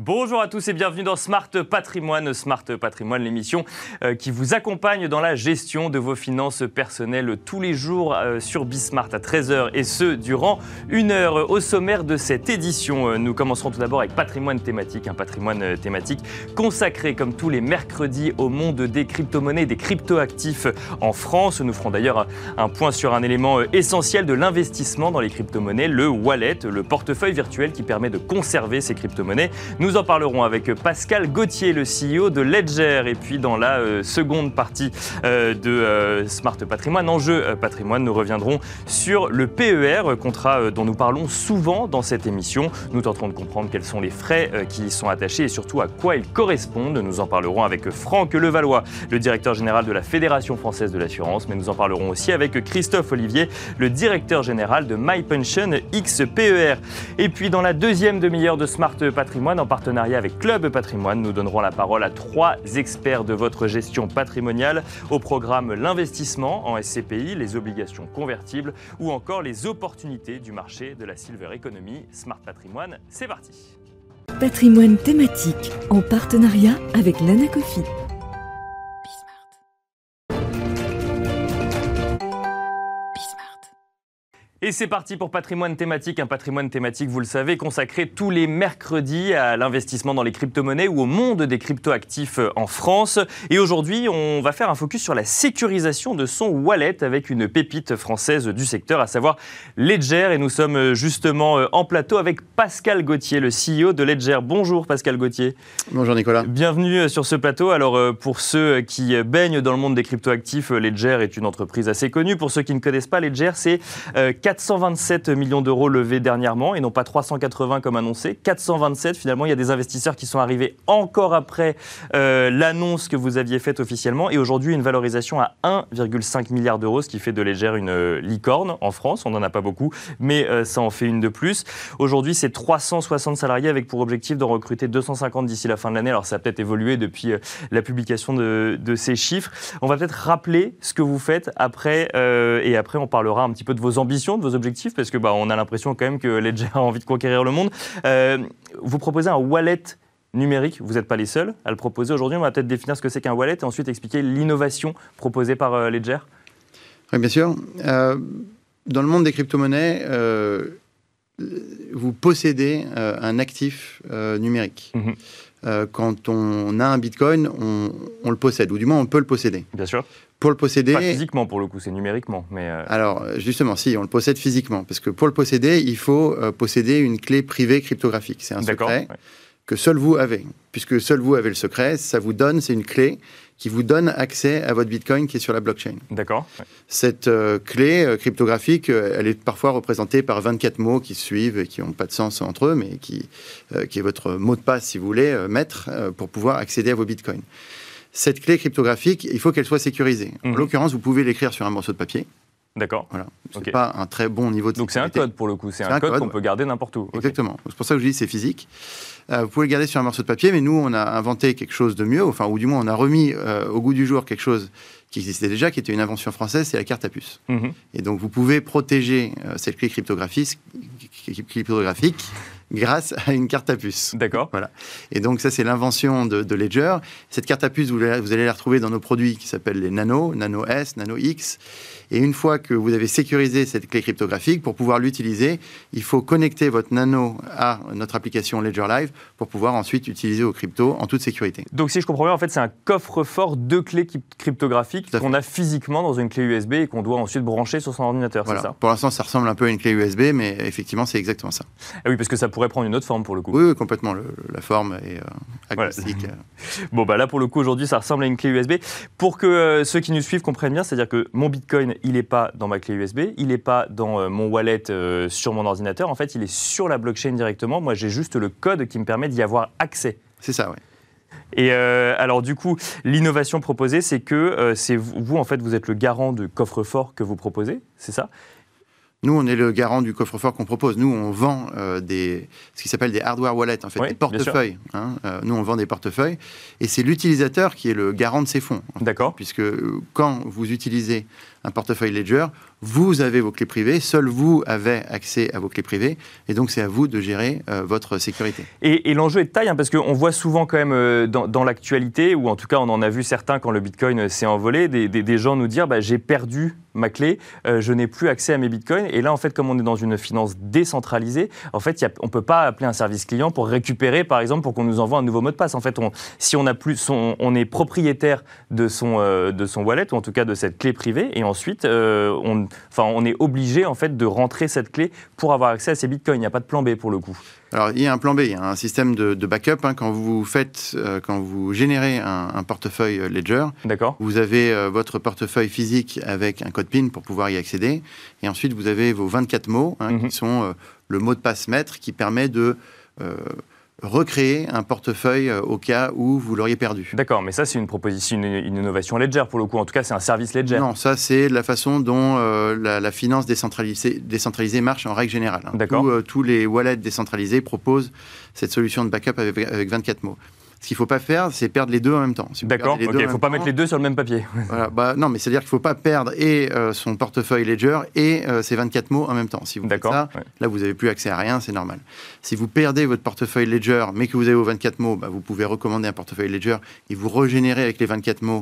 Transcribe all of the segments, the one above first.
Bonjour à tous et bienvenue dans Smart Patrimoine. Smart Patrimoine, l'émission qui vous accompagne dans la gestion de vos finances personnelles tous les jours sur Bismart à 13h et ce durant 1 heure. Au sommaire de cette édition, nous commencerons tout d'abord avec Patrimoine thématique, un patrimoine thématique consacré comme tous les mercredis au monde des crypto-monnaies, des crypto-actifs en France. Nous ferons d'ailleurs un point sur un élément essentiel de l'investissement dans les crypto-monnaies, le wallet, le portefeuille virtuel qui permet de conserver ces crypto-monnaies. Nous en parlerons avec Pascal Gauthier, le CEO de Ledger. Et puis dans la seconde partie de Smart Patrimoine, Enjeu Patrimoine, nous reviendrons sur le PER, contrat dont nous parlons souvent dans cette émission. Nous tenterons de comprendre quels sont les frais qui y sont attachés et surtout à quoi ils correspondent. Nous en parlerons avec Franck Levallois, le directeur général de la Fédération française de l'assurance. Mais nous en parlerons aussi avec Christophe Olivier, le directeur général de MyPension X PER. Et puis dans la deuxième demi-heure de Smart Patrimoine, en partenariat avec Club Patrimoine, nous donnerons la parole à 3 experts de votre gestion patrimoniale au programme l'investissement en SCPI, les obligations convertibles ou encore les opportunités du marché de la Silver Economy. Smart Patrimoine, c'est parti. Patrimoine thématique en partenariat avec l'Anacofi. Et c'est parti pour Patrimoine thématique, un patrimoine thématique, vous le savez, consacré tous les mercredis à l'investissement dans les crypto-monnaies ou au monde des crypto-actifs en France. Et aujourd'hui, on va faire un focus sur la sécurisation de son wallet avec une pépite française du secteur, à savoir Ledger. Et nous sommes justement en plateau avec Pascal Gauthier, le CEO de Ledger. Bonjour Pascal Gauthier. Bonjour Nicolas. Bienvenue sur ce plateau. Alors pour ceux qui baignent dans le monde des crypto-actifs, Ledger est une entreprise assez connue. Pour ceux qui ne connaissent pas, Ledger, c'est 427 millions d'euros levés dernièrement et non pas 380 comme annoncé. 427, finalement, il y a des investisseurs qui sont arrivés encore après l'annonce que vous aviez faite officiellement. Et aujourd'hui, une valorisation à 1,5 milliard d'euros, ce qui fait de Ledger une licorne en France. On n'en a pas beaucoup, mais ça en fait une de plus. Aujourd'hui, c'est 360 salariés avec pour objectif d'en recruter 250 d'ici la fin de l'année. Alors, ça a peut-être évolué depuis la publication de ces chiffres. On va peut-être rappeler ce que vous faites après, et après, on parlera un petit peu de vos ambitions, de vos objectifs, parce que on a l'impression quand même que Ledger a envie de conquérir le monde. Vous proposez un wallet numérique, vous n'êtes pas les seuls à le proposer aujourd'hui. On va peut-être définir ce que c'est qu'un wallet et ensuite expliquer l'innovation proposée par Ledger. Oui, bien sûr. Dans le monde des crypto-monnaies, vous possédez un actif numérique. Quand on a un bitcoin, on le possède, ou du moins on peut le posséder. Bien sûr. Pour le posséder... Pas physiquement pour le coup, c'est numériquement. Mais Alors justement, si, on le possède physiquement. Parce que pour le posséder, il faut posséder une clé privée cryptographique. C'est un secret que seul vous avez. Puisque seul vous avez le secret, ça vous donne, c'est une clé qui vous donne accès à votre bitcoin qui est sur la blockchain. D'accord. Cette clé cryptographique, elle est parfois représentée par 24 mots qui se suivent et qui n'ont pas de sens entre eux, mais qui est votre mot de passe, si vous voulez, mettre pour pouvoir accéder à vos bitcoins. Cette clé cryptographique, il faut qu'elle soit sécurisée. En l'occurrence, vous pouvez l'écrire sur un morceau de papier. D'accord. Voilà. C'est pas un très bon niveau de sécurité. Donc c'est un code pour le coup, c'est un code qu'on peut garder n'importe où. Exactement. C'est pour ça que je dis c'est physique. Vous pouvez le garder sur un morceau de papier, mais nous, on a inventé quelque chose de mieux, ou du moins on a remis au goût du jour quelque chose qui existait déjà, qui était une invention française, c'est la carte à puce. Et donc vous pouvez protéger cette clé cryptographique grâce à une carte à puce. D'accord. Voilà. Et donc ça, c'est l'invention de Ledger. Cette carte à puce, vous allez la retrouver dans nos produits qui s'appellent les Nano, Nano S, Nano X. Et une fois que vous avez sécurisé cette clé cryptographique, pour pouvoir l'utiliser, il faut connecter votre Nano à notre application Ledger Live pour pouvoir ensuite utiliser au crypto en toute sécurité. Donc si je comprends bien, en fait, c'est un coffre-fort de clés cryptographiques qu'on a physiquement dans une clé USB et qu'on doit ensuite brancher sur son ordinateur, voilà. C'est ça? Pour l'instant, ça ressemble un peu à une clé USB, mais effectivement, c'est exactement ça. Ah oui, parce que ça pourrait prendre une autre forme pour le coup. Oui, complètement. La forme est agnostique. Voilà. Bon, là, pour le coup, aujourd'hui, ça ressemble à une clé USB. Pour que ceux qui nous suivent comprennent bien, c'est-à-dire que mon Bitcoin, il n'est pas dans ma clé USB, il n'est pas dans mon wallet sur mon ordinateur. En fait, il est sur la blockchain directement. Moi, j'ai juste le code qui me permet d'y avoir accès. C'est ça, oui. Et alors du coup, l'innovation proposée, c'est que c'est vous, en fait, vous êtes le garant du coffre-fort que vous proposez, c'est ça? Nous, on est le garant du coffre-fort qu'on propose. Nous, on vend ce qui s'appelle des hardware wallets, en fait, des portefeuilles. Nous, on vend des portefeuilles. Et c'est l'utilisateur qui est le garant de ces fonds. D'accord. Puisque quand vous utilisez un portefeuille Ledger, vous avez vos clés privées, seul vous avez accès à vos clés privées, et donc c'est à vous de gérer votre sécurité. Et l'enjeu est de taille, parce qu'on voit souvent quand même dans l'actualité, ou en tout cas on en a vu certains quand le Bitcoin s'est envolé, des gens nous dire j'ai perdu ma clé, je n'ai plus accès à mes Bitcoins, et là en fait comme on est dans une finance décentralisée, en fait on ne peut pas appeler un service client pour récupérer par exemple pour qu'on nous envoie un nouveau mot de passe. En fait si on est propriétaire de son wallet, ou en tout cas de cette clé privée, et ensuite on est obligé en fait de rentrer cette clé pour avoir accès à ces bitcoins. Il n'y a pas de plan B pour le coup. Alors il y a un plan B, il y a un système de backup. Quand vous générez un portefeuille Ledger, d'accord, vous avez votre portefeuille physique avec un code PIN pour pouvoir y accéder. Et ensuite vous avez vos 24 mots qui sont le mot de passe maître qui permet de recréer un portefeuille au cas où vous l'auriez perdu. D'accord, mais ça c'est une proposition, une innovation Ledger pour le coup, en tout cas c'est un service Ledger. Non, ça c'est la façon dont la finance décentralisée marche en règle générale. D'accord. Tous les wallets décentralisés proposent cette solution de backup avec 24 mots. Ce qu'il ne faut pas faire, c'est perdre les deux en même temps. D'accord, il ne faut pas mettre les deux sur le même papier. Voilà, non, mais c'est-à-dire qu'il ne faut pas perdre et son portefeuille Ledger et ses 24 mots en même temps. Si vous faites ça, là, vous n'avez plus accès à rien, c'est normal. Si vous perdez votre portefeuille Ledger, mais que vous avez vos 24 mots, vous pouvez recommander un portefeuille Ledger et vous régénérer avec les 24 mots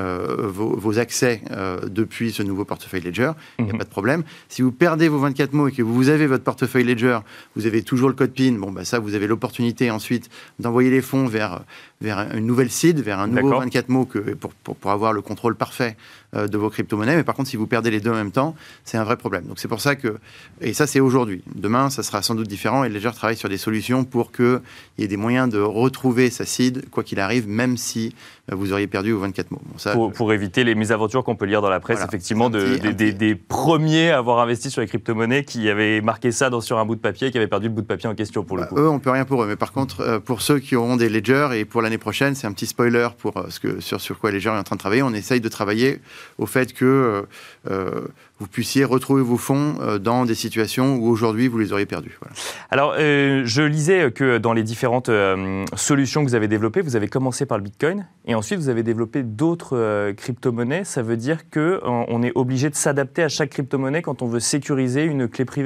vos accès depuis ce nouveau portefeuille Ledger. Il n'y a pas de problème. Si vous perdez vos 24 mots et que vous avez votre portefeuille Ledger, vous avez toujours le code PIN, ça, vous avez l'opportunité ensuite d'envoyer les fonds vers une nouvelle seed, vers un nouveau 24 mots pour avoir le contrôle parfait de vos crypto-monnaies. Mais par contre, si vous perdez les deux en même temps, c'est un vrai problème. Donc c'est pour ça que... Et ça, c'est aujourd'hui. Demain, ça sera sans doute différent. Et Ledger travaille sur des solutions pour qu'il y ait des moyens de retrouver sa seed, quoi qu'il arrive, même si vous auriez perdu vos 24 mots. Bon, ça, pour éviter les mésaventures qu'on peut lire dans la presse, effectivement, des premiers à avoir investi sur les crypto-monnaies qui avaient marqué ça sur un bout de papier et qui avaient perdu le bout de papier en question pour le coup. Eux, on peut rien pour eux. Mais par contre, pour ceux qui auront des Ledger et pour l'année prochaine, c'est un petit spoiler pour sur quoi Ledger est en train de travailler. On essaye de travailler au fait que vous puissiez retrouver vos fonds dans des situations où aujourd'hui vous les auriez perdus. Voilà. Alors, je lisais que dans les différentes solutions que vous avez développées, vous avez commencé par le Bitcoin et ensuite vous avez développé d'autres crypto-monnaies. Ça veut dire qu'on est obligé de s'adapter à chaque crypto-monnaie quand on veut sécuriser une clé privée ?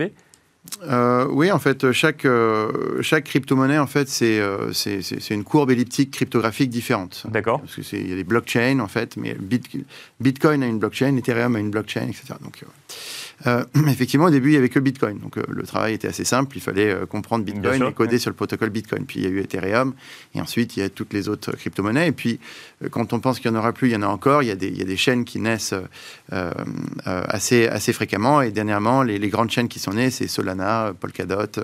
Oui, en fait, chaque crypto-monnaie, en fait, c'est une courbe elliptique cryptographique différente. D'accord. Parce qu'il y a des blockchains, en fait, mais Bitcoin a une blockchain, Ethereum a une blockchain, etc. Donc, effectivement, au début, il n'y avait que Bitcoin. Donc, le travail était assez simple. Il fallait comprendre Bitcoin et coder sur le protocole Bitcoin. Puis, il y a eu Ethereum. Et ensuite, il y a toutes les autres crypto-monnaies. Et puis, quand on pense qu'il n'y en aura plus, il y en a encore. Il y a des chaînes qui naissent assez fréquemment. Et dernièrement, les grandes chaînes qui sont nées, c'est Solana, Polkadot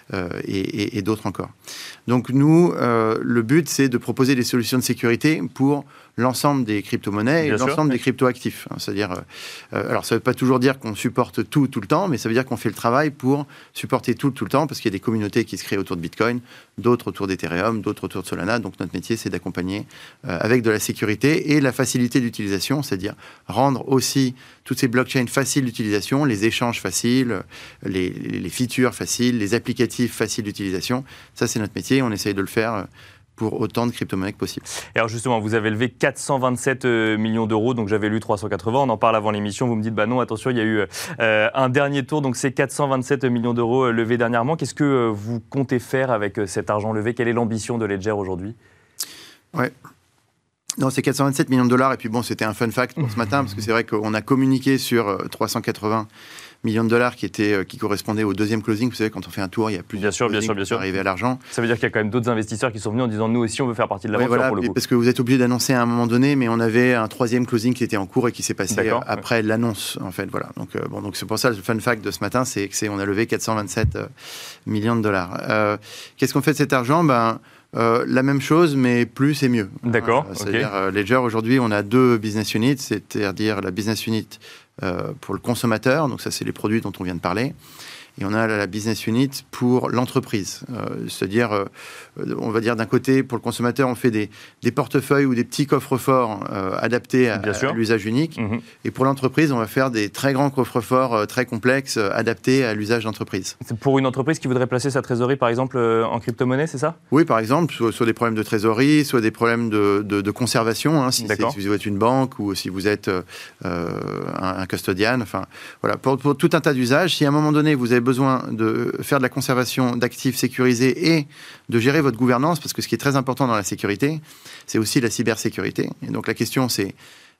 et d'autres encore. Donc, nous, le but, c'est de proposer des solutions de sécurité pour l'ensemble des crypto-monnaies et l'ensemble des crypto-actifs. C'est-à-dire, alors ça ne veut pas toujours dire qu'on supporte tout le temps, mais ça veut dire qu'on fait le travail pour supporter tout le temps, parce qu'il y a des communautés qui se créent autour de Bitcoin, d'autres autour d'Ethereum, d'autres autour de Solana. Donc notre métier, c'est d'accompagner avec de la sécurité et la facilité d'utilisation, c'est-à-dire rendre aussi toutes ces blockchains faciles d'utilisation, les échanges faciles, les features faciles, les applicatifs faciles d'utilisation. Ça, c'est notre métier. On essaye de le faire pour autant de crypto-monnaies que possible. Et alors justement, vous avez levé 427 millions d'euros, donc j'avais lu 380, on en parle avant l'émission, vous me dites, non, attention, il y a eu un dernier tour, donc c'est 427 millions d'euros levés dernièrement. Qu'est-ce que vous comptez faire avec cet argent levé ? Quelle est l'ambition de Ledger aujourd'hui ? Ouais. Non, c'est 427 millions de dollars, et puis c'était un fun fact pour ce matin, parce que c'est vrai qu'on a communiqué sur 380 millions de dollars qui correspondaient au deuxième closing. Vous savez, quand on fait un tour, il y a plusieurs closings pour arriver à l'argent. Ça veut dire qu'il y a quand même d'autres investisseurs qui sont venus en disant, nous aussi, on veut faire partie de l'aventure pour le coup. Parce que vous êtes obligé d'annoncer à un moment donné, mais on avait un troisième closing qui était en cours et qui s'est passé après l'annonce, en fait. Voilà. Donc c'est pour ça, le fun fact de ce matin, c'est qu'on a levé 427 millions de dollars. Qu'est-ce qu'on fait de cet argent ? La même chose, mais plus et mieux. D'accord. C'est-à-dire, Ledger, aujourd'hui, on a deux business units, c'est-à-dire la business unit pour le consommateur, donc ça, c'est les produits dont on vient de parler, et on a la business unit pour l'entreprise. C'est-à-dire, on va dire d'un côté, pour le consommateur, on fait des portefeuilles ou des petits coffres-forts adaptés à l'usage unique. Et pour l'entreprise, on va faire des très grands coffres-forts très complexes adaptés à l'usage d'entreprise. C'est pour une entreprise qui voudrait placer sa trésorerie, par exemple, en crypto-monnaie, c'est ça? Oui, par exemple, soit des problèmes de trésorerie, soit des problèmes de conservation, hein, si vous êtes une banque ou si vous êtes un custodian. Enfin, voilà, pour tout un tas d'usages. Si à un moment donné, vous avez besoin de faire de la conservation d'actifs sécurisés et de gérer votre gouvernance, parce que ce qui est très important dans la sécurité, c'est aussi la cybersécurité. Et donc la question, c'est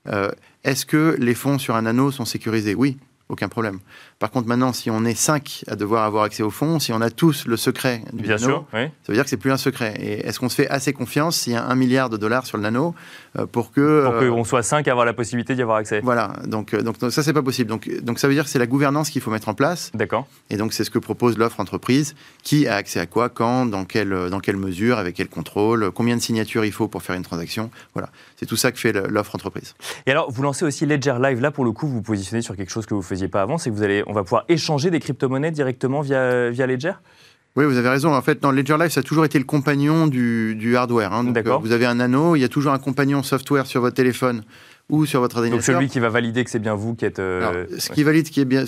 est-ce que les fonds sur un nano sont sécurisés? Oui, aucun problème. Par contre, maintenant, si on est 5 à devoir avoir accès aux fonds, si on a tous le secret du nano, ça veut dire que c'est plus un secret. Et est-ce qu'on se fait assez confiance s'il y a $1 milliard sur le nano pour qu'on soit 5 à avoir la possibilité d'y avoir accès? Voilà, donc ça, c'est pas possible. Donc ça veut dire que c'est la gouvernance qu'il faut mettre en place. D'accord. Et donc, c'est ce que propose l'offre entreprise. Qui a accès à quoi, quand, dans quelle mesure, avec quel contrôle, combien de signatures il faut pour faire une transaction. Voilà, c'est tout ça que fait l'offre entreprise. Et alors, vous lancez aussi Ledger Live. Là, pour le coup, vous vous positionnez sur quelque chose que vous ne faisiez pas avant, c'est que on va pouvoir échanger des crypto-monnaies directement via Ledger? Oui, vous avez raison. En fait, dans Ledger Live, ça a toujours été le compagnon du hardware. Hein. Donc, vous avez un nano, il y a toujours un compagnon software sur votre téléphone ou sur votre ordinateur. Donc celui qui va valider que c'est bien vous qui êtes... qui valide, ce qui est bien,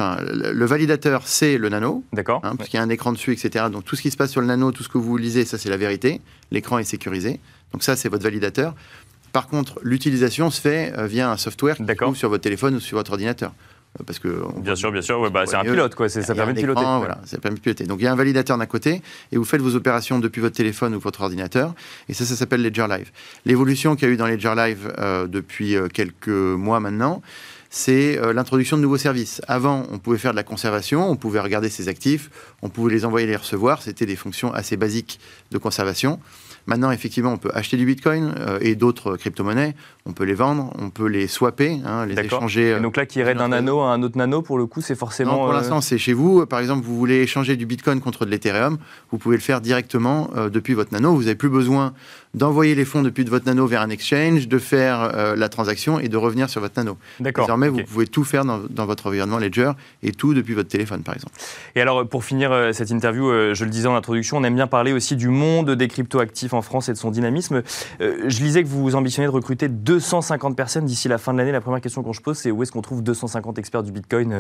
le validateur, c'est le nano. D'accord. Hein, parce qu'il y a un écran dessus, etc. Donc tout ce qui se passe sur le nano, tout ce que vous lisez, ça c'est la vérité. L'écran est sécurisé. Donc ça, c'est votre validateur. Par contre, l'utilisation se fait via un software qui se trouve sur votre téléphone ou sur votre ordinateur. Parce que bien sûr, ouais, c'est un pilote, quoi. Ça permet de piloter. Voilà, ça permet de piloter. Donc il y a un validateur d'un côté, et vous faites vos opérations depuis votre téléphone ou votre ordinateur, et ça s'appelle Ledger Live. L'évolution qu'il y a eu dans Ledger Live depuis quelques mois maintenant, c'est l'introduction de nouveaux services. Avant, on pouvait faire de la conservation, on pouvait regarder ses actifs, on pouvait les envoyer et les recevoir, c'était des fonctions assez basiques de conservation. Maintenant, effectivement, on peut acheter du Bitcoin et d'autres crypto-monnaies. On peut les vendre, on peut les swapper, les échanger. Et donc là, qui irait d'un nano à un autre nano, pour le coup, c'est forcément... Non, pour l'instant, c'est chez vous. Par exemple, vous voulez échanger du Bitcoin contre de l'Ethereum, vous pouvez le faire directement depuis votre nano. Vous n'avez plus besoin d'envoyer les fonds depuis votre nano vers un exchange, de faire la transaction et de revenir sur votre nano. D'accord. Désormais, vous pouvez tout faire dans votre environnement Ledger et tout depuis votre téléphone, par exemple. Et alors, pour finir cette interview, je le disais en introduction, on aime bien parler aussi du monde des crypto-actifs en France et de son dynamisme. Je lisais que vous ambitionnez de recruter 250 personnes d'ici la fin de l'année. La première question qu'on se pose, c'est où est-ce qu'on trouve 250 experts du Bitcoin,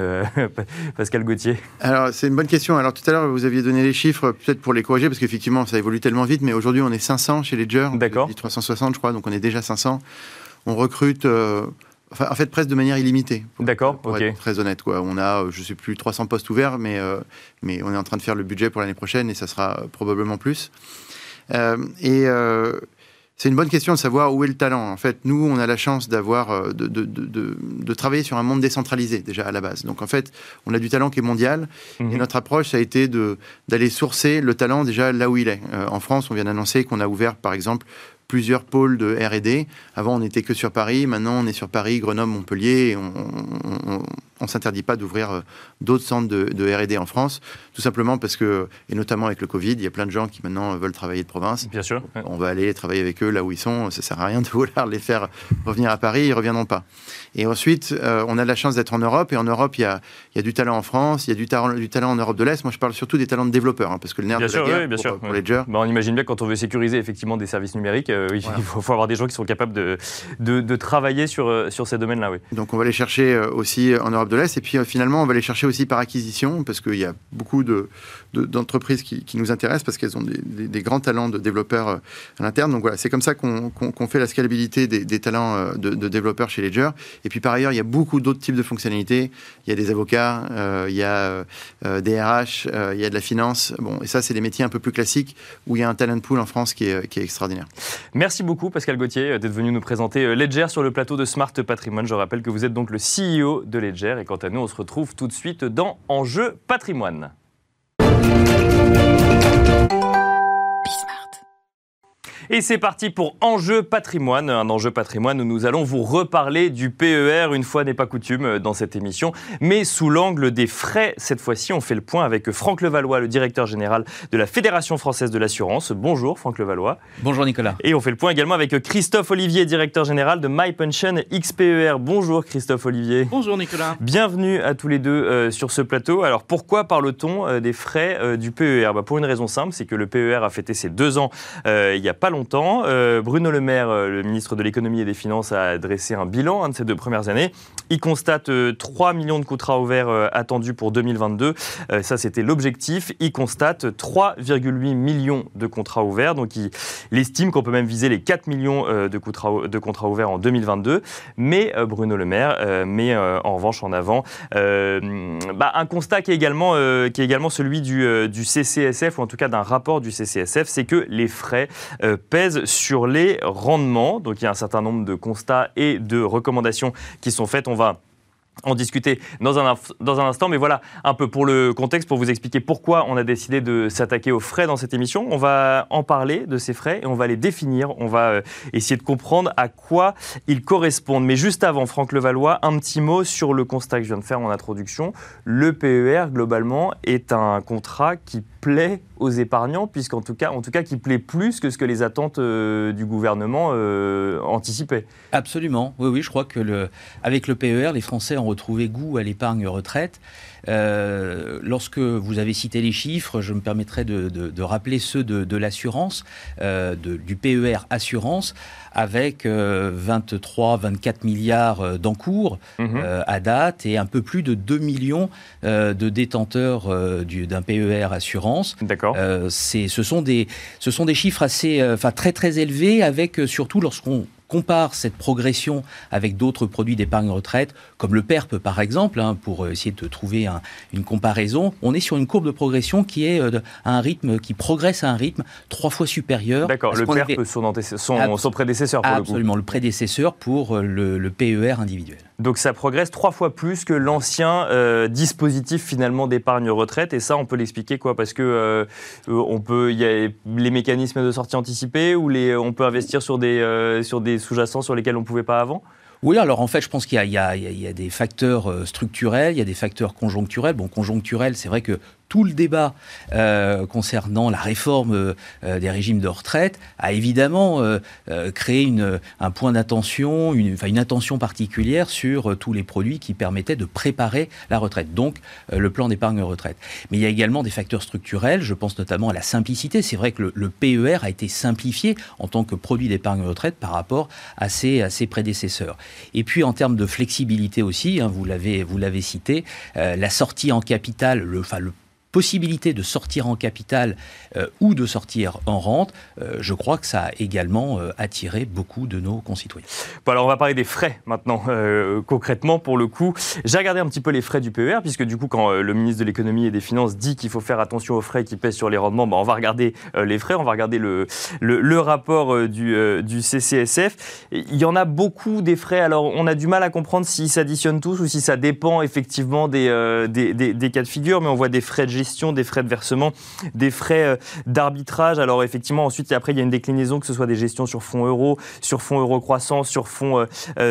Pascal Gauthier? Alors, c'est une bonne question. Alors, tout à l'heure, vous aviez donné les chiffres, peut-être pour les corriger, parce qu'effectivement, ça évolue tellement vite, mais aujourd'hui, on est 500 chez Ledger. D'accord. On dit 360, je crois, donc on est déjà 500. On recrute... en fait, presque de manière illimitée. D'accord, pour être très honnête, quoi. On a, je ne sais plus, 300 postes ouverts, mais on est en train de faire le budget pour l'année prochaine et ça sera probablement plus. C'est une bonne question de savoir où est le talent. En fait, nous, on a la chance d'avoir de travailler sur un monde décentralisé, déjà, à la base. Donc, en fait, on a du talent qui est mondial. Et notre approche, ça a été d'aller sourcer le talent déjà là où il est. En France, on vient d'annoncer qu'on a ouvert, par exemple, plusieurs pôles de R&D. Avant, on n'était que sur Paris. Maintenant, on est sur Paris, Grenoble, Montpellier. Et on ne s'interdit pas d'ouvrir d'autres centres de R&D en France, tout simplement parce que, et notamment avec le Covid, il y a plein de gens qui maintenant veulent travailler de province. Bien sûr. Ouais. On va aller travailler avec eux là où ils sont. Ça ne sert à rien de vouloir les faire revenir à Paris. Ils ne reviendront pas. Et ensuite, on a de la chance d'être en Europe. Et en Europe, il y a du talent en France. Il y a du talent en Europe de l'Est. Moi, je parle surtout des talents de développeurs, parce que le nerf de la guerre pour Ledger. On imagine bien que quand on veut sécuriser effectivement des services numériques, il faut avoir des gens qui sont capables de travailler sur ces domaines-là. Oui. Donc, on va les chercher aussi en Europe de l'Est. Et puis, finalement, on va les chercher aussi par acquisition, parce qu'il y a beaucoup d'entreprises qui nous intéressent, parce qu'elles ont des grands talents de développeurs à l'interne. Donc, voilà, c'est comme ça qu'on fait la scalabilité des talents de développeurs chez Ledger. Et puis, par ailleurs, il y a beaucoup d'autres types de fonctionnalités. Il y a des avocats, il y a des RH, il y a de la finance. Bon, et ça, c'est des métiers un peu plus classiques, où il y a un talent pool en France qui est extraordinaire. Merci beaucoup, Pascal Gauthier, d'être venu nous présenter Ledger sur le plateau de Smart Patrimoine. Je rappelle que vous êtes donc le CEO de Ledger. Et quant à nous, on se retrouve tout de suite dans Enjeu Patrimoine. Et c'est parti pour Enjeu Patrimoine, un enjeu patrimoine où nous allons vous reparler du PER, une fois n'est pas coutume dans cette émission, mais sous l'angle des frais. Cette fois-ci, on fait le point avec Franck Levallois, le directeur général de la Fédération française de l'assurance. Bonjour Franck Levallois. Bonjour Nicolas. Et on fait le point également avec Christophe Olivier, directeur général de MyPension XPER. Bonjour Christophe Olivier. Bonjour Nicolas. Bienvenue à tous les deux sur ce plateau. Alors pourquoi parle-t-on des frais du PER ? Pour une raison simple, c'est que le PER a fêté ses 2 ans il n'y a pas longtemps. Bruno Le Maire, le ministre de l'économie et des finances, a dressé un bilan de ces 2 premières années. Il constate 3 millions de contrats ouverts attendus pour 2022. Ça, c'était l'objectif. Il constate 3,8 millions de contrats ouverts. Donc, il estime qu'on peut même viser les 4 millions de contrats ouverts en 2022. Mais Bruno Le Maire met en revanche en avant un constat qui est également celui du CCSF, ou en tout cas d'un rapport du CCSF, c'est que les frais pèsent sur les rendements. Donc il y a un certain nombre de constats et de recommandations qui sont faites. On va en discuter dans un instant, mais voilà un peu pour le contexte, pour vous expliquer pourquoi on a décidé de s'attaquer aux frais dans cette émission. On va en parler de ces frais et on va les définir, on va essayer de comprendre à quoi ils correspondent. Mais juste avant, Franck Levallois, un petit mot sur le constat que je viens de faire en introduction. Le PER, globalement, est un contrat qui plaît aux épargnants, puisqu'en tout cas qui plaît plus que ce que les attentes du gouvernement anticipaient. Absolument, oui, je crois que avec le PER, les Français ont retrouvé goût à l'épargne retraite. Lorsque vous avez cité les chiffres, je me permettrai de rappeler ceux de l'assurance, du PER Assurance, avec 23-24 milliards d'encours à date et un peu plus de 2 millions de détenteurs d'un PER Assurance. D'accord. Ce sont des chiffres très très élevés, avec surtout lorsqu'on compare cette progression avec d'autres produits d'épargne retraite, comme le PERP par exemple, pour essayer de trouver une comparaison, on est sur une courbe de progression qui est qui progresse à un rythme 3 fois supérieur. D'accord, le PERP, son prédécesseur pour le coup. Absolument, le prédécesseur pour le PER individuel. Donc ça progresse 3 fois plus que l'ancien dispositif finalement d'épargne retraite, et ça on peut l'expliquer quoi ? Parce que il y a les mécanismes de sortie anticipée, ou on peut investir sur des sous-jacents sur lesquels on ne pouvait pas avant ? Oui, alors en fait, je pense qu'il y a des facteurs structurels, il y a des facteurs conjoncturels. Bon, conjoncturel, c'est vrai que tout le débat concernant la réforme des régimes de retraite a évidemment créé un point d'attention, une attention particulière sur tous les produits qui permettaient de préparer la retraite, donc le plan d'épargne retraite. Mais il y a également des facteurs structurels, je pense notamment à la simplicité. C'est vrai que le PER a été simplifié en tant que produit d'épargne retraite par rapport à ses prédécesseurs. Et puis en termes de flexibilité aussi, vous l'avez cité, la sortie en capital, possibilité de sortir en capital ou de sortir en rente, je crois que ça a également attiré beaucoup de nos concitoyens. Bon, alors on va parler des frais maintenant, concrètement pour le coup. J'ai regardé un petit peu les frais du PER, puisque du coup quand le ministre de l'économie et des finances dit qu'il faut faire attention aux frais qui pèsent sur les rendements, on va regarder les frais, on va regarder le rapport du CCSF. Il y en a beaucoup des frais, alors on a du mal à comprendre s'ils s'additionnent tous ou si ça dépend effectivement des cas de figure, mais on voit des frais de gestion, des frais de versement, des frais d'arbitrage. Alors effectivement, ensuite, après, il y a une déclinaison, que ce soit des gestions sur fonds euros, sur fonds euro croissance, sur fonds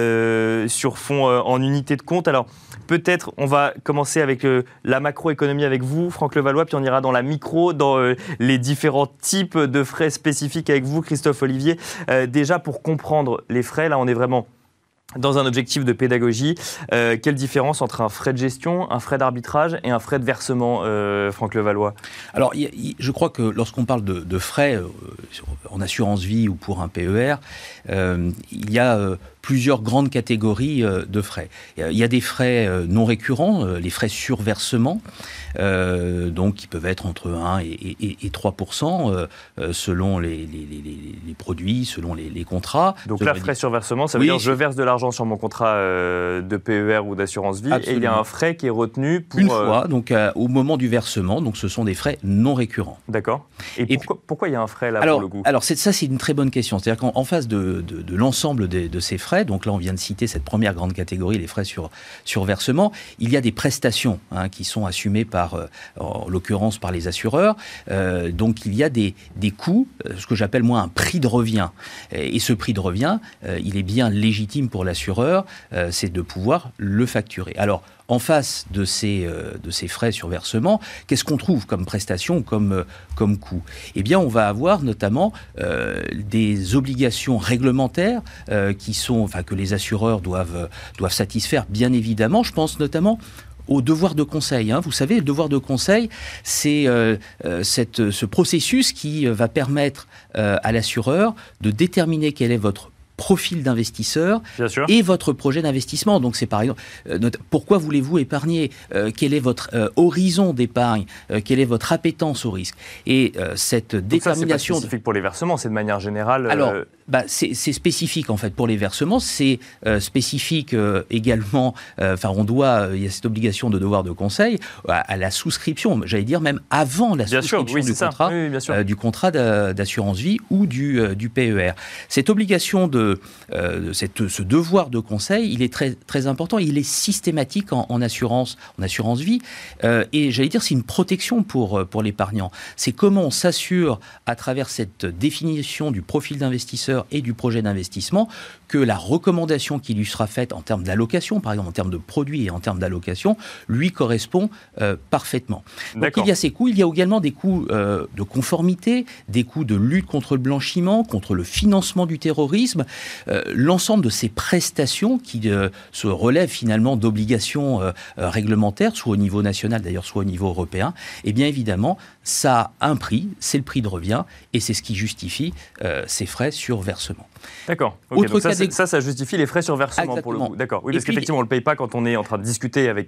en unité de compte. Alors peut-être, on va commencer avec la macroéconomie avec vous, Franck Levallois, puis on ira dans la micro, dans les différents types de frais spécifiques avec vous, Christophe Olivier. Déjà, pour comprendre les frais, là, on est vraiment dans un objectif de pédagogie. Quelle différence entre un frais de gestion, un frais d'arbitrage et un frais de versement, Franck Levallois ? Alors, je crois que lorsqu'on parle de frais en assurance vie ou pour un PER, il y a plusieurs grandes catégories de frais. Il y a des frais non récurrents, les frais sur versement, donc qui peuvent être entre 1 et 3% selon les produits, selon les contrats. Donc là, frais sur versement, ça veut dire je verse de l'argent sur mon contrat de PER ou d'assurance vie. Absolument. Et il y a un frais qui est retenu pour... Une fois, donc au moment du versement, donc ce sont des frais non récurrents. D'accord. Et pourquoi il y a un frais là pour le coup ? Alors ça, c'est une très bonne question. C'est-à-dire qu'en face de l'ensemble de ces frais, frais. Donc là, on vient de citer cette première grande catégorie, les frais sur versement. Il y a des prestations qui sont assumées en l'occurrence par les assureurs. Donc il y a des coûts, ce que j'appelle moi un prix de revient. Et ce prix de revient, il est bien légitime pour l'assureur, c'est de pouvoir le facturer. Alors, en face de ces frais sur versement, qu'est-ce qu'on trouve comme prestation, comme coût ? Eh bien, on va avoir notamment des obligations réglementaires que les assureurs doivent satisfaire, bien évidemment. Je pense notamment au devoir de conseil. Vous savez, le devoir de conseil, c'est ce processus qui va permettre à l'assureur de déterminer quel est votre profil d'investisseur et votre projet d'investissement. Donc c'est par exemple, pourquoi voulez-vous épargner ? Quel est votre horizon d'épargne ? Quelle est votre appétence au risque ? Et cette détermination... Ça, c'est pas spécifique pour les versements, c'est de manière générale... Alors, c'est spécifique en fait pour les versements, c'est spécifique également, il y a cette obligation de devoir de conseil à la souscription, j'allais dire même avant la souscription du contrat d'assurance vie ou du PER. Cette obligation ce devoir de conseil, il est très, très important, il est systématique en assurance vie, et j'allais dire c'est une protection pour l'épargnant. C'est comment on s'assure à travers cette définition du profil d'investisseur et du projet d'investissement que la recommandation qui lui sera faite en termes d'allocation, par exemple en termes de produits et en termes d'allocation, lui correspond parfaitement. Donc il y a ces coûts, il y a également des coûts de conformité, des coûts de lutte contre le blanchiment, contre le financement du terrorisme, l'ensemble de ces prestations qui se relèvent finalement d'obligations réglementaires, soit au niveau national d'ailleurs, soit au niveau européen, et bien évidemment, ça a un prix, c'est le prix de revient, et c'est ce qui justifie ces frais sur versement. D'accord. Okay, donc ça justifie les frais sur versement. Exactement. Pour le coup. D'accord. Oui, parce qu'effectivement, on ne le paye pas quand on est en train de discuter avec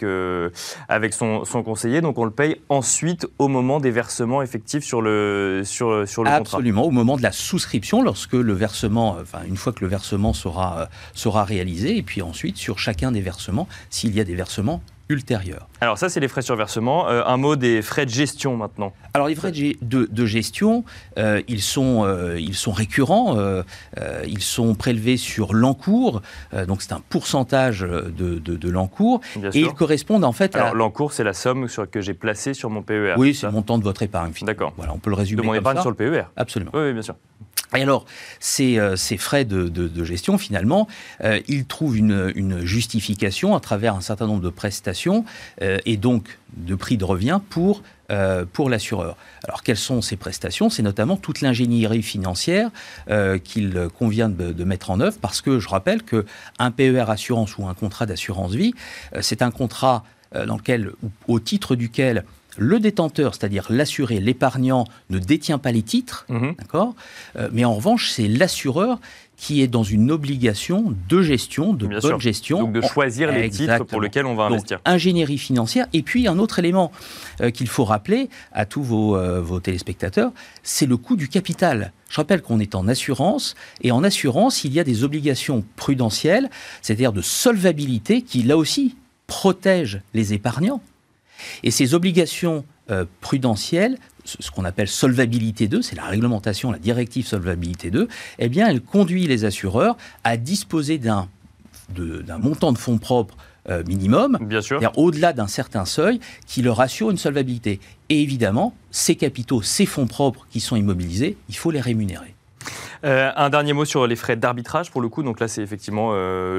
son conseiller, donc on le paye ensuite au moment des versements effectifs sur le contrat. Absolument, au moment de la souscription, lorsque le versement, une fois que le versement sera réalisé, et puis ensuite sur chacun des versements, s'il y a des versements ultérieurs. Alors ça, c'est les frais sur versement. Un mot des frais de gestion maintenant. Alors les frais de gestion, ils sont récurrents, ils sont prélevés sur l'encours, donc c'est un pourcentage de l'encours, et ils correspondent en fait Alors l'encours, c'est la somme que j'ai placée sur mon PER. Oui, c'est le montant de votre épargne. D'accord. Voilà, on peut le résumer de mon épargne sur le PER. Absolument. Oui, bien sûr. Et alors, ces frais de gestion, finalement, ils trouvent une justification à travers un certain nombre de prestations et donc de prix de revient pour l'assureur. Alors, quelles sont ces prestations ? C'est notamment toute l'ingénierie financière qu'il convient de mettre en œuvre, parce que je rappelle qu'un PER assurance ou un contrat d'assurance vie, c'est un contrat dans lequel, au titre duquel le détenteur, c'est-à-dire l'assuré, l'épargnant, ne détient pas les titres, d'accord ? Mais en revanche, c'est l'assureur qui est dans une obligation de gestion, de bonne gestion. Donc de choisir les titres pour lesquels on va investir. Donc, ingénierie financière. Et puis, un autre élément qu'il faut rappeler à tous vos téléspectateurs, c'est le coût du capital. Je rappelle qu'on est en assurance, et en assurance, il y a des obligations prudentielles, c'est-à-dire de solvabilité, qui, là aussi, protègent les épargnants. Et ces obligations prudentielles, ce qu'on appelle solvabilité 2, c'est la réglementation, la directive solvabilité 2, eh bien, elle conduit les assureurs à disposer d'un montant de fonds propres minimum, c'est-à-dire au-delà d'un certain seuil, qui leur assure une solvabilité. Et évidemment, ces capitaux, ces fonds propres qui sont immobilisés, il faut les rémunérer. Un dernier mot sur les frais d'arbitrage, pour le coup. Donc là, c'est effectivement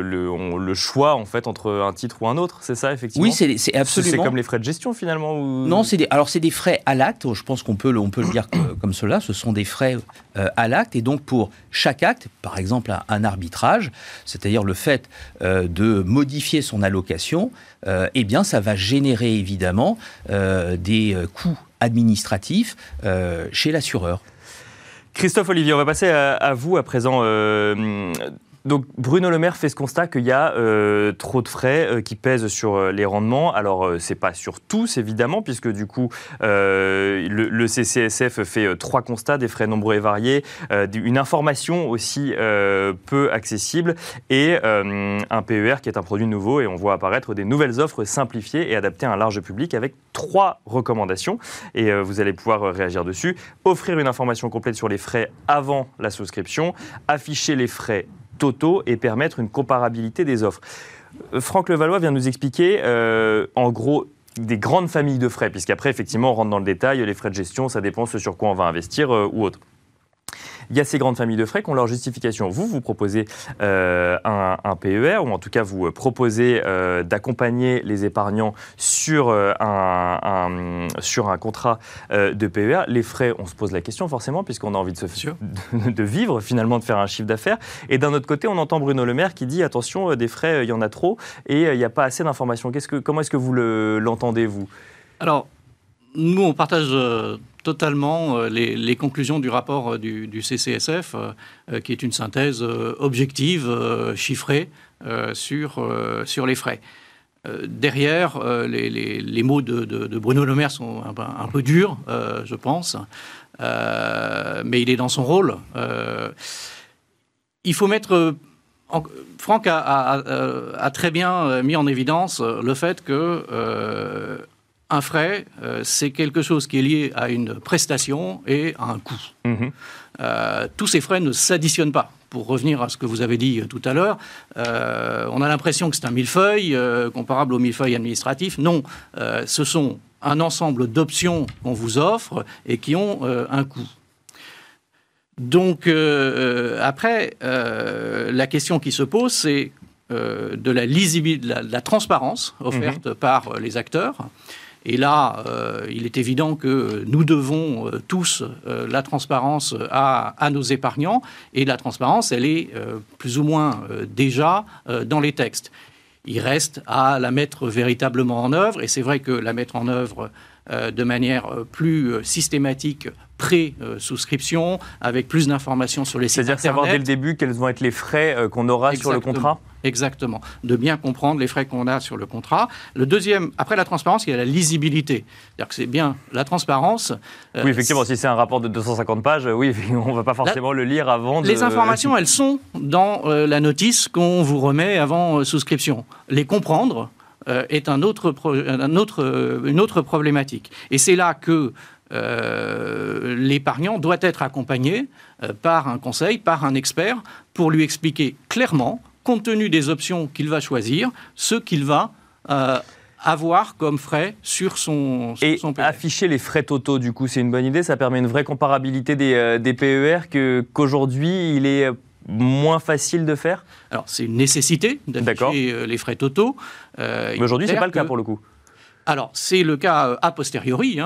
le choix, en fait, entre un titre ou un autre, c'est ça, effectivement ? Oui, c'est absolument... C'est comme les frais de gestion, finalement ou... Non, c'est des frais à l'acte. Je pense qu'on peut le dire comme cela. Ce sont des frais à l'acte. Et donc, pour chaque acte, par exemple, un arbitrage, c'est-à-dire le fait de modifier son allocation, eh bien, ça va générer, évidemment, des coûts administratifs chez l'assureur. Christophe Olivier, on va passer à vous à présent. Donc Bruno Le Maire fait ce constat qu'il y a trop de frais qui pèsent sur les rendements. Alors c'est pas sur tous évidemment, puisque du coup le CCSF fait 3 constats, des frais nombreux et variés, une information aussi peu accessible et un PER qui est un produit nouveau, et on voit apparaître des nouvelles offres simplifiées et adaptées à un large public avec 3 recommandations, et vous allez pouvoir réagir dessus. Offrir une information complète sur les frais avant la souscription, afficher les frais totaux et permettre une comparabilité des offres. Franck Levallois vient nous expliquer, en gros, des grandes familles de frais, puisqu'après, effectivement, on rentre dans le détail, les frais de gestion, ça dépend ce sur quoi on va investir ou autre. Il y a ces grandes familles de frais qui ont leur justification. Vous proposez un PER, ou en tout cas, vous proposez d'accompagner les épargnants sur un contrat de PER. Les frais, on se pose la question forcément, puisqu'on a envie de vivre, finalement, de faire un chiffre d'affaires. Et d'un autre côté, on entend Bruno Le Maire qui dit « Attention, des frais, il y en a trop et il n'y a pas assez d'informations ». Comment est-ce que vous l'entendez, vous ? Alors, nous, on partage totalement les conclusions du rapport du CCSF, qui est une synthèse objective, chiffrée, sur les frais. Derrière, les mots de Bruno Le Maire sont un peu durs, je pense, mais il est dans son rôle. Il faut mettre... Franck a très bien mis en évidence le fait que un frais, c'est quelque chose qui est lié à une prestation et à un coût. Tous ces frais ne s'additionnent pas. Pour revenir à ce que vous avez dit tout à l'heure, on a l'impression que c'est un millefeuille, comparable au millefeuille administratif. Non, ce sont un ensemble d'options qu'on vous offre et qui ont un coût. Donc, après, la question qui se pose, c'est de la lisibilité, de la transparence offerte par les acteurs. Et là, il est évident que nous devons tous la transparence à nos épargnants. Et la transparence, elle est plus ou moins déjà dans les textes. Il reste à la mettre véritablement en œuvre. Et c'est vrai que la mettre en œuvre de manière plus systématique, pré-souscription, avec plus d'informations sur les sites Internet. C'est-à-dire savoir dès le début quels vont être les frais qu'on aura sur le contrat ? Exactement. De bien comprendre les frais qu'on a sur le contrat. Le deuxième, après la transparence, il y a la lisibilité. C'est-à-dire que c'est bien la transparence. Oui, effectivement, si c'est un rapport de 250 pages, oui, on ne va pas forcément le lire avant de... Les informations, elles sont dans la notice qu'on vous remet avant souscription. Les comprendre est une autre problématique. Et c'est là que l'épargnant doit être accompagné par un conseil, par un expert, pour lui expliquer clairement, compte tenu des options qu'il va choisir, ce qu'il va avoir comme frais sur son Et PER. Afficher les frais totaux, du coup, c'est une bonne idée. Ça permet une vraie comparabilité des PER qu'aujourd'hui, il est moins facile de faire. Alors, c'est une nécessité d'afficher les frais totaux. Mais aujourd'hui, ce n'est pas le cas pour le coup. Alors, c'est le cas a posteriori.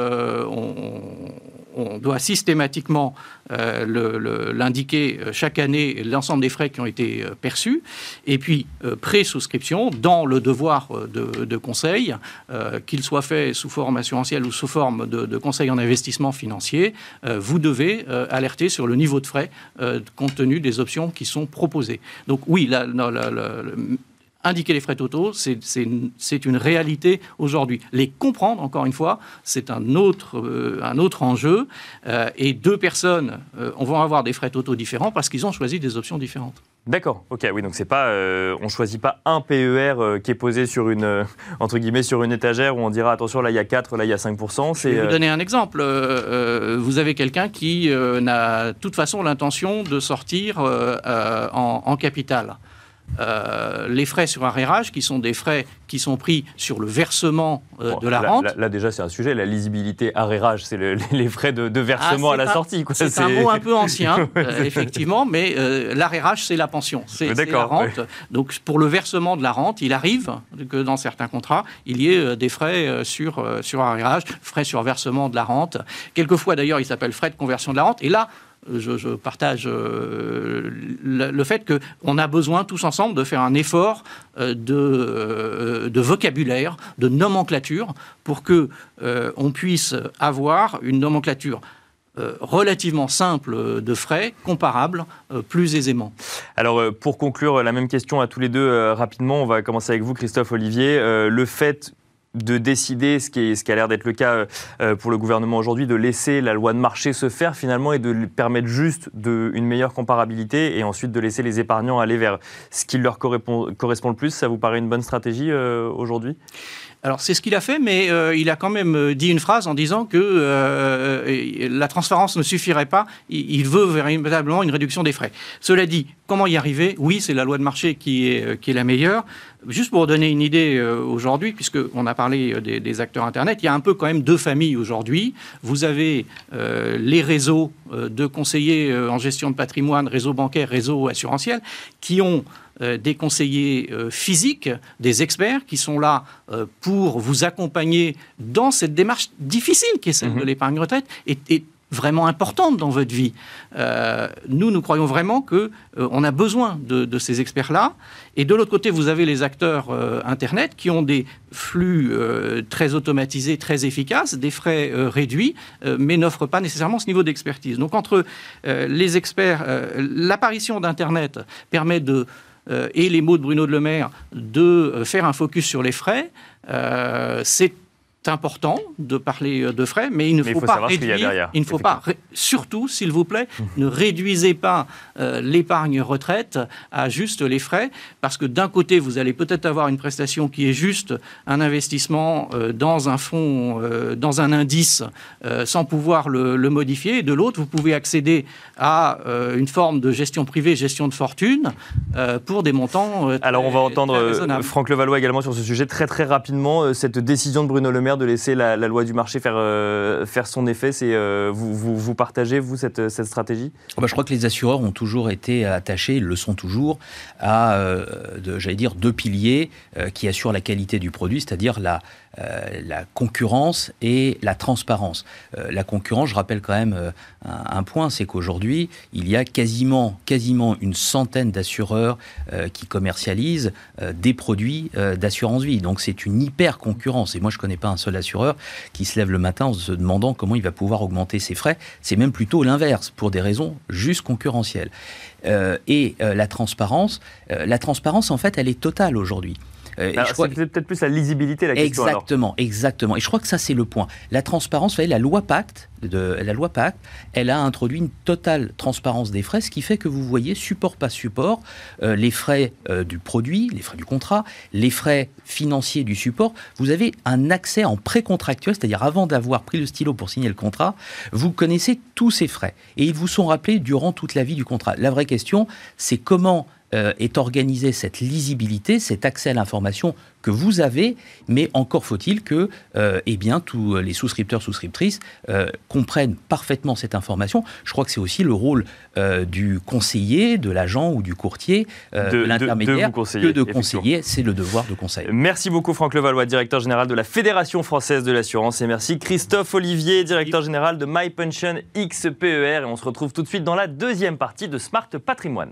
On doit systématiquement l'indiquer chaque année, l'ensemble des frais qui ont été perçus. Et puis, pré-souscription, dans le devoir de conseil, qu'il soit fait sous forme assurantielle ou sous forme de conseil en investissement financier, vous devez alerter sur le niveau de frais compte tenu des options qui sont proposées. Donc oui, indiquer les frais totaux, c'est une réalité aujourd'hui. Les comprendre, encore une fois, c'est un autre enjeu. Et deux personnes vont avoir des frais totaux différents parce qu'ils ont choisi des options différentes. D'accord, ok, oui, donc c'est pas, on choisit pas un PER qui est posé sur entre guillemets, sur une étagère où on dira attention, là il y a 4, là il y a 5%. Je vais vous donner un exemple. Vous avez quelqu'un qui n'a de toute façon l'intention de sortir en capital. Les frais sur arrérage, qui sont des frais qui sont pris sur le versement de la rente. Là, déjà, c'est un sujet. La lisibilité arrérage, c'est les frais de versement à la sortie. Quoi. C'est un mot un peu ancien, effectivement, mais l'arrérage, c'est la pension, c'est la rente. Oui. Donc, pour le versement de la rente, il arrive que dans certains contrats, il y ait des frais sur arrérage, frais sur versement de la rente. Quelquefois, d'ailleurs, ils s'appellent frais de conversion de la rente. Et là, je partage le fait qu'on a besoin tous ensemble de faire un effort de vocabulaire, de nomenclature, pour qu'on puisse avoir une nomenclature relativement simple de frais, comparable plus aisément. Alors, pour conclure, la même question à tous les deux rapidement, on va commencer avec vous, Christophe Olivier. Le fait de décider, ce qui a l'air d'être le cas pour le gouvernement aujourd'hui, de laisser la loi de marché se faire finalement et de permettre juste une meilleure comparabilité et ensuite de laisser les épargnants aller vers ce qui leur correspond le plus, ça vous paraît une bonne stratégie aujourd'hui ? Alors, c'est ce qu'il a fait, mais il a quand même dit une phrase en disant que la transparence ne suffirait pas. Il veut véritablement une réduction des frais. Cela dit, comment y arriver ? Oui, c'est la loi de marché qui est la meilleure. Juste pour donner une idée aujourd'hui, puisqu'on a parlé des acteurs Internet, il y a un peu quand même deux familles aujourd'hui. Vous avez les réseaux de conseillers en gestion de patrimoine, réseau bancaire, réseau assurantiel, qui ont des conseillers physiques, des experts qui sont là pour vous accompagner dans cette démarche difficile qui est celle de l'épargne retraite et vraiment importante dans votre vie. Nous croyons vraiment qu'on a besoin de ces experts-là. Et de l'autre côté, vous avez les acteurs Internet qui ont des flux très automatisés, très efficaces, des frais réduits, mais n'offrent pas nécessairement ce niveau d'expertise. Donc entre les experts, l'apparition d'Internet permet et les mots de Bruno de Le Maire, de faire un focus sur les frais. C'est important de parler de frais, mais il ne faut pas réduire. Il ne faut pas, surtout, s'il vous plaît, ne réduisez pas l'épargne retraite à juste les frais, parce que d'un côté, vous allez peut-être avoir une prestation qui est juste un investissement dans un fonds, dans un indice, sans pouvoir le modifier. Et de l'autre, vous pouvez accéder à une forme de gestion privée, gestion de fortune, pour des montants Alors, on va entendre Franck Levallois également sur ce sujet très très rapidement. Cette décision de Bruno Le Maire de laisser la loi du marché faire son effet, vous partagez, vous, cette stratégie ? Je crois que les assureurs ont toujours été attachés, ils le sont toujours, à, deux piliers qui assurent la qualité du produit, c'est-à-dire la concurrence et la transparence. La concurrence, je rappelle quand même un point, c'est qu'aujourd'hui, il y a quasiment une centaine d'assureurs qui commercialisent des produits d'assurance vie. Donc c'est une hyper concurrence. Et moi, je ne connais pas un seul assureur qui se lève le matin en se demandant comment il va pouvoir augmenter ses frais. C'est même plutôt l'inverse, pour des raisons juste concurrentielles. La transparence, en fait, elle est totale aujourd'hui. C'est peut-être plus la lisibilité, la question. Exactement. Et je crois que ça, c'est le point. La transparence, vous savez, la loi Pacte, elle a introduit une totale transparence des frais, ce qui fait que vous voyez, support par support, les frais du produit, les frais du contrat, les frais financiers du support. Vous avez un accès en précontractuel, c'est-à-dire avant d'avoir pris le stylo pour signer le contrat, vous connaissez tous ces frais. Et ils vous sont rappelés durant toute la vie du contrat. La vraie question, c'est comment est organisée cette lisibilité, cet accès à l'information que vous avez, mais encore faut-il que tous les souscripteurs, souscriptrices comprennent parfaitement cette information. Je crois que c'est aussi le rôle du conseiller, de l'agent ou du courtier, de l'intermédiaire, de conseiller. C'est le devoir de conseil. Merci beaucoup Franck Levallois, directeur général de la Fédération française de l'assurance. Et merci Christophe Olivier, directeur général de MyPension XPER. Et on se retrouve tout de suite dans la deuxième partie de Smart Patrimoine.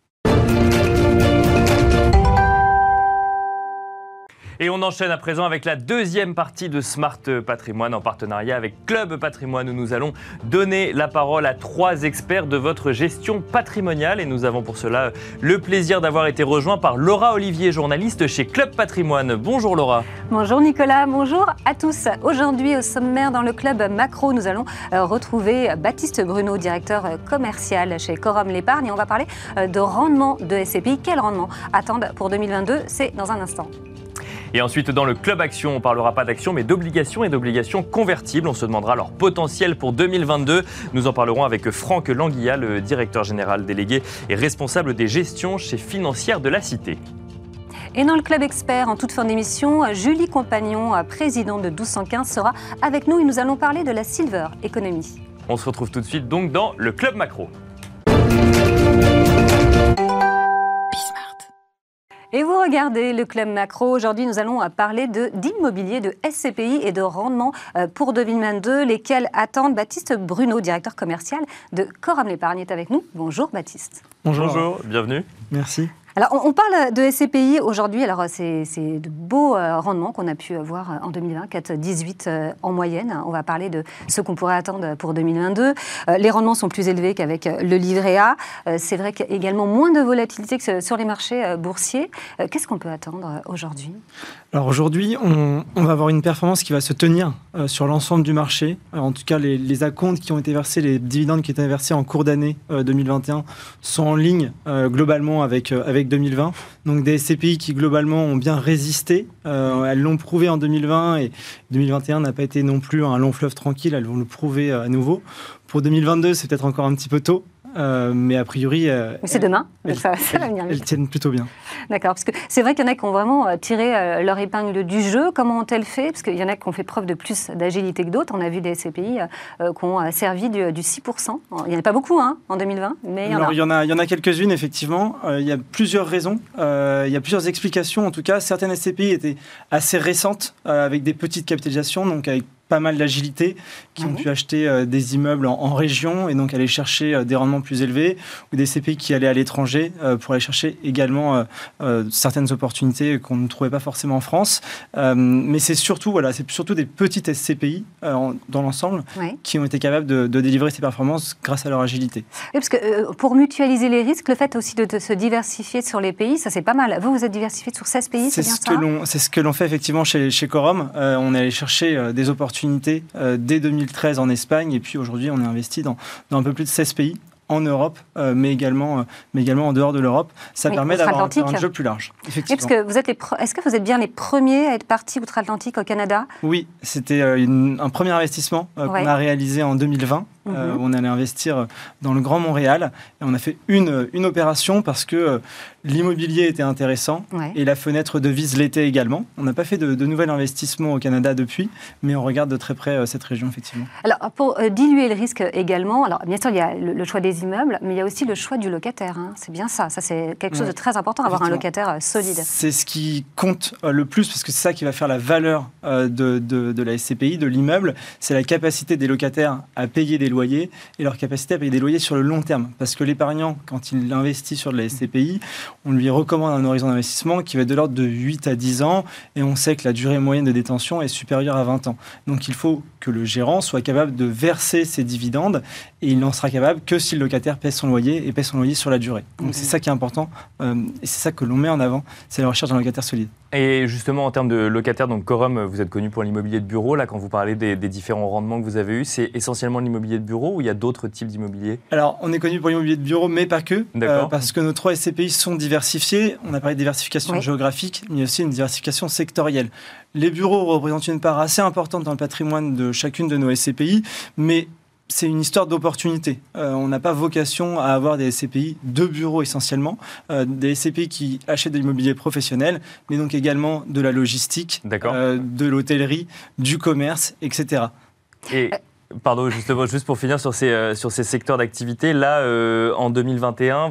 Et on enchaîne à présent avec la deuxième partie de Smart Patrimoine en partenariat avec Club Patrimoine où nous allons donner la parole à 3 experts de votre gestion patrimoniale. Et nous avons pour cela le plaisir d'avoir été rejoints par Laura Olivier, journaliste chez Club Patrimoine. Bonjour Laura. Bonjour Nicolas, bonjour à tous. Aujourd'hui au sommaire dans le Club Macro, nous allons retrouver Baptiste Bruno, directeur commercial chez Corum l'Épargne. Et on va parler de rendement de SCPI. Quel rendement attendent pour 2022 ? C'est dans un instant. Et ensuite, dans le Club Action, on ne parlera pas d'actions, mais d'obligations et d'obligations convertibles. On se demandera leur potentiel pour 2022. Nous en parlerons avec Franck Languilla, le directeur général délégué et responsable des gestions chez Financière de la Cité. Et dans le Club Expert, en toute fin d'émission, Julie Compagnon, présidente de 1215, sera avec nous et nous allons parler de la Silver Economy. On se retrouve tout de suite donc dans le Club Macro. Et vous regardez le Club Macro. Aujourd'hui, nous allons parler d'immobilier, de SCPI et de rendement pour 2022, lesquels attendent. Baptiste Bruno, directeur commercial de Corum l'Épargne, est avec nous. Bonjour Baptiste. Bonjour, bienvenue. Merci. Alors, on parle de SCPI aujourd'hui. Alors, c'est de beaux rendements qu'on a pu avoir en 2020, 4,18 en moyenne. On va parler de ce qu'on pourrait attendre pour 2022. Les rendements sont plus élevés qu'avec le livret A. C'est vrai qu'il y a également moins de volatilité que sur les marchés boursiers. Qu'est-ce qu'on peut attendre aujourd'hui ? Alors aujourd'hui, on va avoir une performance qui va se tenir sur l'ensemble du marché. En tout cas, les acomptes qui ont été versés, les dividendes qui ont été versés en cours d'année 2021 sont en ligne globalement avec 2020. Donc des SCPI qui globalement ont bien résisté. Elles l'ont prouvé en 2020 et 2021 n'a pas été non plus un long fleuve tranquille. Elles vont le prouver à nouveau. Pour 2022, c'est peut-être encore un petit peu tôt. Mais a priori... mais c'est demain, ça va venir. Elles tiennent plutôt bien. D'accord, parce que c'est vrai qu'il y en a qui ont vraiment tiré leur épingle du jeu. Comment ont-elles fait? Parce qu'il y en a qui ont fait preuve de plus d'agilité que d'autres. On a vu des SCPI qui ont servi du 6%. Il n'y en a pas beaucoup en 2020, mais Alors, il y en a quelques-unes, effectivement. Il y a plusieurs raisons. Il y a plusieurs explications. En tout cas, certaines SCPI étaient assez récentes, avec des petites capitalisations, donc avec pas mal d'agilité, qui ont pu acheter des immeubles en région et donc aller chercher des rendements plus élevés, ou des CPI qui allaient à l'étranger pour aller chercher également certaines opportunités qu'on ne trouvait pas forcément en France. Mais c'est surtout des petites SCPI dans l'ensemble qui ont été capables de délivrer ces performances grâce à leur agilité. Oui, parce que pour mutualiser les risques, le fait aussi de se diversifier sur les pays, ça c'est pas mal. Vous êtes diversifié sur 16 pays, c'est bien ça? C'est ce que l'on fait effectivement chez Quorum. On est allé chercher des opportunités dès 2013 en Espagne, et puis aujourd'hui on est investi dans un peu plus de 16 pays en Europe, mais également en dehors de l'Europe. Ça permet d'avoir un jeu plus large. Effectivement. Parce que est-ce que vous êtes bien les premiers à être partis outre-Atlantique au Canada? Oui, c'était un premier investissement qu'on a réalisé en 2020. On allait investir dans le Grand Montréal et on a fait une opération parce que l'immobilier était intéressant et la fenêtre de devise l'était également. On n'a pas fait de nouvel investissement au Canada depuis, mais on regarde de très près cette région, effectivement. Alors, pour diluer le risque également, alors bien sûr, il y a le choix des immeubles, mais il y a aussi le choix du locataire. C'est bien ça. Ça, c'est quelque chose de très important, avoir un locataire solide. C'est ce qui compte le plus, parce que c'est ça qui va faire la valeur de la SCPI, de l'immeuble. C'est la capacité des locataires à payer des loyers et leur capacité à payer des loyers sur le long terme. Parce que l'épargnant, quand il investit sur de la SCPI, on lui recommande un horizon d'investissement qui va être de l'ordre de 8 à 10 ans et on sait que la durée moyenne de détention est supérieure à 20 ans. Donc il faut que le gérant soit capable de verser ses dividendes et il n'en sera capable que si le locataire paie son loyer et paie son loyer sur la durée. Donc c'est ça qui est important et c'est ça que l'on met en avant, c'est la recherche d'un locataire solide. Et justement, en termes de locataires, donc Quorum, vous êtes connu pour l'immobilier de bureau. Là, quand vous parlez des différents rendements que vous avez eus, c'est essentiellement l'immobilier de bureau ou il y a d'autres types d'immobilier? Alors, on est connu pour l'immobilier de bureau, mais pas que. Parce que nos 3 SCPI sont diversifiés. On a parlé de diversification géographique, mais aussi une diversification sectorielle. Les bureaux représentent une part assez importante dans le patrimoine de chacune de nos SCPI, mais c'est une histoire d'opportunité. On n'a pas vocation à avoir des SCPI de bureaux essentiellement, des SCPI qui achètent de l'immobilier professionnel, mais donc également de la logistique, de l'hôtellerie, du commerce, etc. Et pardon, justement, juste pour finir sur ces secteurs d'activité, là, en 2021,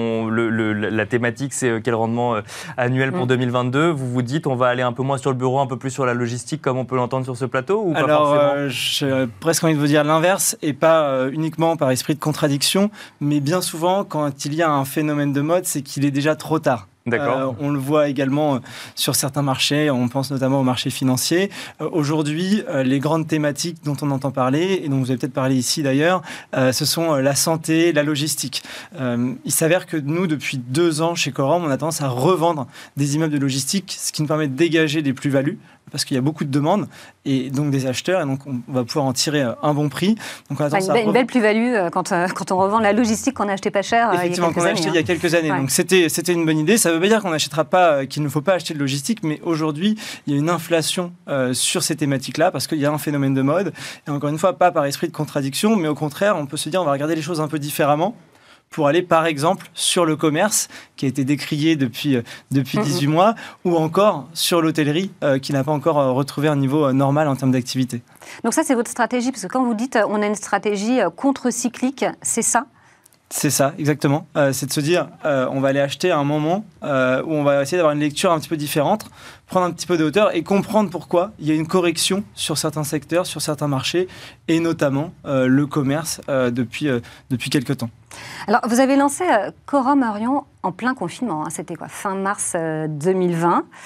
la thématique, c'est quel rendement annuel pour 2022. Vous vous dites, on va aller un peu moins sur le bureau, un peu plus sur la logistique, comme on peut l'entendre sur ce plateau, ou pas forcément? J'ai presque envie de vous dire l'inverse, et pas uniquement par esprit de contradiction, mais bien souvent, quand il y a un phénomène de mode, c'est qu'il est déjà trop tard. On le voit également sur certains marchés, on pense notamment au marché financier. Aujourd'hui, les grandes thématiques dont on entend parler, et dont vous avez peut-être parlé ici d'ailleurs, ce sont la santé, la logistique. Il s'avère que nous, depuis 2 ans chez Quorum, on a tendance à revendre des immeubles de logistique, ce qui nous permet de dégager des plus-values, parce qu'il y a beaucoup de demandes et donc des acheteurs, et donc on va pouvoir en tirer un bon prix. Donc on a une belle plus-value quand on revend la logistique qu'on a acheté pas cher effectivement, qu'on a acheté il y a quelques années. Donc c'était une bonne idée. Ça ne veut pas dire qu'on n'achètera pas, qu'il ne faut pas acheter de logistique, mais aujourd'hui, il y a une inflation sur ces thématiques-là parce qu'il y a un phénomène de mode. Et encore une fois, pas par esprit de contradiction, mais au contraire, on peut se dire on va regarder les choses un peu différemment, pour aller, par exemple, sur le commerce, qui a été décrié depuis 18 mois, ou encore sur l'hôtellerie, qui n'a pas encore retrouvé un niveau normal en termes d'activité. Donc ça, c'est votre stratégie, parce que quand vous dites on a une stratégie contre-cyclique, c'est ça? C'est ça, exactement. C'est de se dire, on va aller acheter à un moment où on va essayer d'avoir une lecture un petit peu différente, prendre un petit peu de hauteur et comprendre pourquoi il y a une correction sur certains secteurs, sur certains marchés, et notamment le commerce depuis quelques temps. Alors, vous avez lancé Quorum Orion en plein confinement. C'était quoi, fin mars 2020.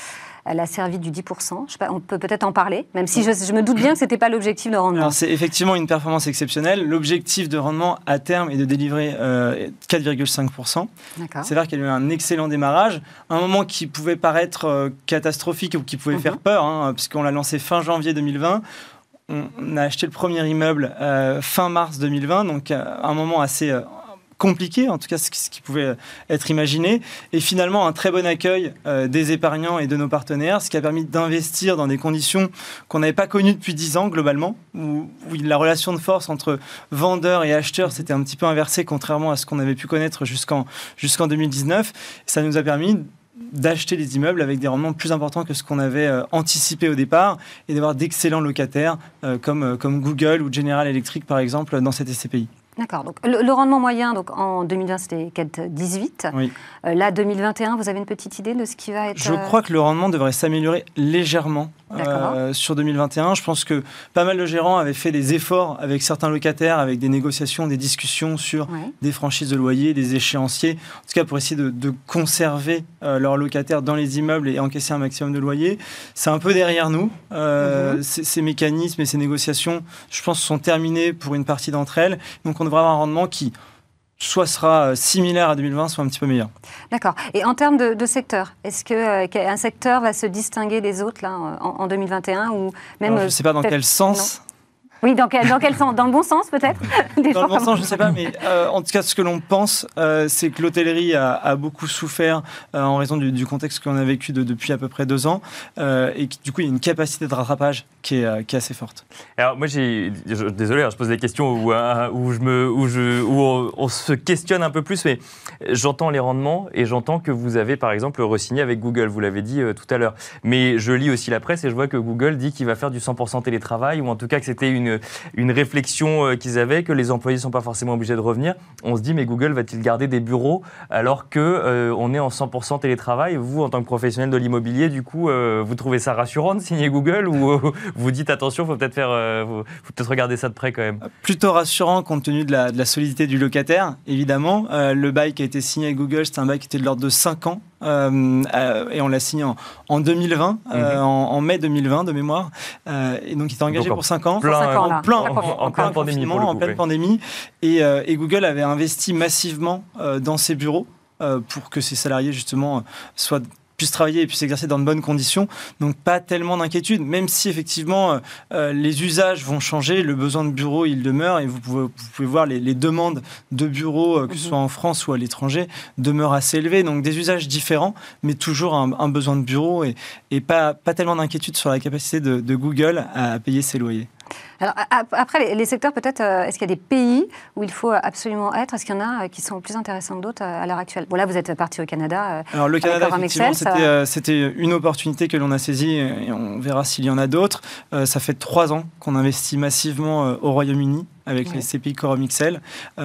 Elle a servi du 10%. Je sais pas, on peut peut-être en parler, même si je me doute bien que ce n'était pas l'objectif de rendement. Alors, c'est effectivement une performance exceptionnelle. L'objectif de rendement à terme est de délivrer 4,5%. C'est-à-dire qu'il y a eu un excellent démarrage. Un moment qui pouvait paraître catastrophique ou qui pouvait faire peur, puisqu'on l'a lancé fin janvier 2020. On a acheté le premier immeuble fin mars 2020, donc un moment assez compliqué, en tout cas ce qui pouvait être imaginé, et finalement un très bon accueil des épargnants et de nos partenaires, ce qui a permis d'investir dans des conditions qu'on n'avait pas connues depuis 10 ans globalement, où la relation de force entre vendeurs et acheteurs s'était un petit peu inversée, contrairement à ce qu'on avait pu connaître jusqu'en 2019. Ça nous a permis d'acheter des immeubles avec des rendements plus importants que ce qu'on avait anticipé au départ et d'avoir d'excellents locataires comme Google ou General Electric par exemple dans cette SCPI. D'accord. Donc le rendement moyen, donc en 2020, c'était 4,18. Oui. Là, 2021, vous avez une petite idée de ce qui va être... Je crois que le rendement devrait s'améliorer légèrement sur 2021. Je pense que pas mal de gérants avaient fait des efforts avec certains locataires, avec des négociations, des discussions sur des franchises de loyer, des échéanciers, en tout cas pour essayer de conserver leurs locataires dans les immeubles et encaisser un maximum de loyer. C'est un peu derrière nous. Ces mécanismes et ces négociations, je pense, sont terminés pour une partie d'entre elles. Donc on devrait avoir un rendement qui soit sera similaire à 2020, soit un petit peu meilleur. D'accord. Et en termes de secteur, est-ce qu'un secteur va se distinguer des autres là, en 2021 ou même, je ne sais pas dans quel sens. Non. Oui, dans quel sens ? Dans le bon sens, peut-être ? Dans le bon sens, je ne sais pas, mais en tout cas, ce que l'on pense, c'est que l'hôtellerie a beaucoup souffert en raison du contexte qu'on a vécu depuis à peu près 2 ans, et du coup, il y a une capacité de rattrapage qui est assez forte. Alors, moi, désolé, je pose des questions où on se questionne un peu plus, mais j'entends les rendements et j'entends que vous avez, par exemple, re-signé avec Google, vous l'avez dit tout à l'heure. Mais je lis aussi la presse et je vois que Google dit qu'il va faire du 100% télétravail, ou en tout cas que c'était une réflexion qu'ils avaient, que les employés ne sont pas forcément obligés de revenir. On se dit, mais Google va-t-il garder des bureaux alors qu'on est en 100% télétravail ? Vous, en tant que professionnel de l'immobilier, du coup, vous trouvez ça rassurant de signer Google, ou vous dites, attention, il faut peut-être regarder ça de près quand même ? Plutôt rassurant compte tenu de la solidité du locataire, évidemment. Le bail qui a été signé avec Google, c'était un bail qui était de l'ordre de 5 ans. Et on l'a signé en 2020, en mai 2020 de mémoire. Et donc il était engagé pour 5 ans. En pleine pandémie. Et Google avait investi massivement dans ses bureaux pour que ses salariés justement puissent travailler et puissent exercer dans de bonnes conditions. Donc pas tellement d'inquiétude, même si effectivement les usages vont changer, le besoin de bureaux il demeure, et vous pouvez voir les demandes de bureaux, que ce soit en France ou à l'étranger, demeurent assez élevées. Donc des usages différents, mais toujours un besoin de bureaux et pas tellement d'inquiétude sur la capacité de Google à payer ses loyers. Alors, après, les secteurs, peut-être, est-ce qu'il y a des pays où il faut absolument être ? Est-ce qu'il y en a qui sont plus intéressants que d'autres à l'heure actuelle ? Bon, là, vous êtes parti au Canada. Alors, le Canada, effectivement, c'était une opportunité que l'on a saisie, et on verra s'il y en a d'autres. Ça fait 3 ans qu'on investit massivement au Royaume-Uni avec les SCPI Quorum XL.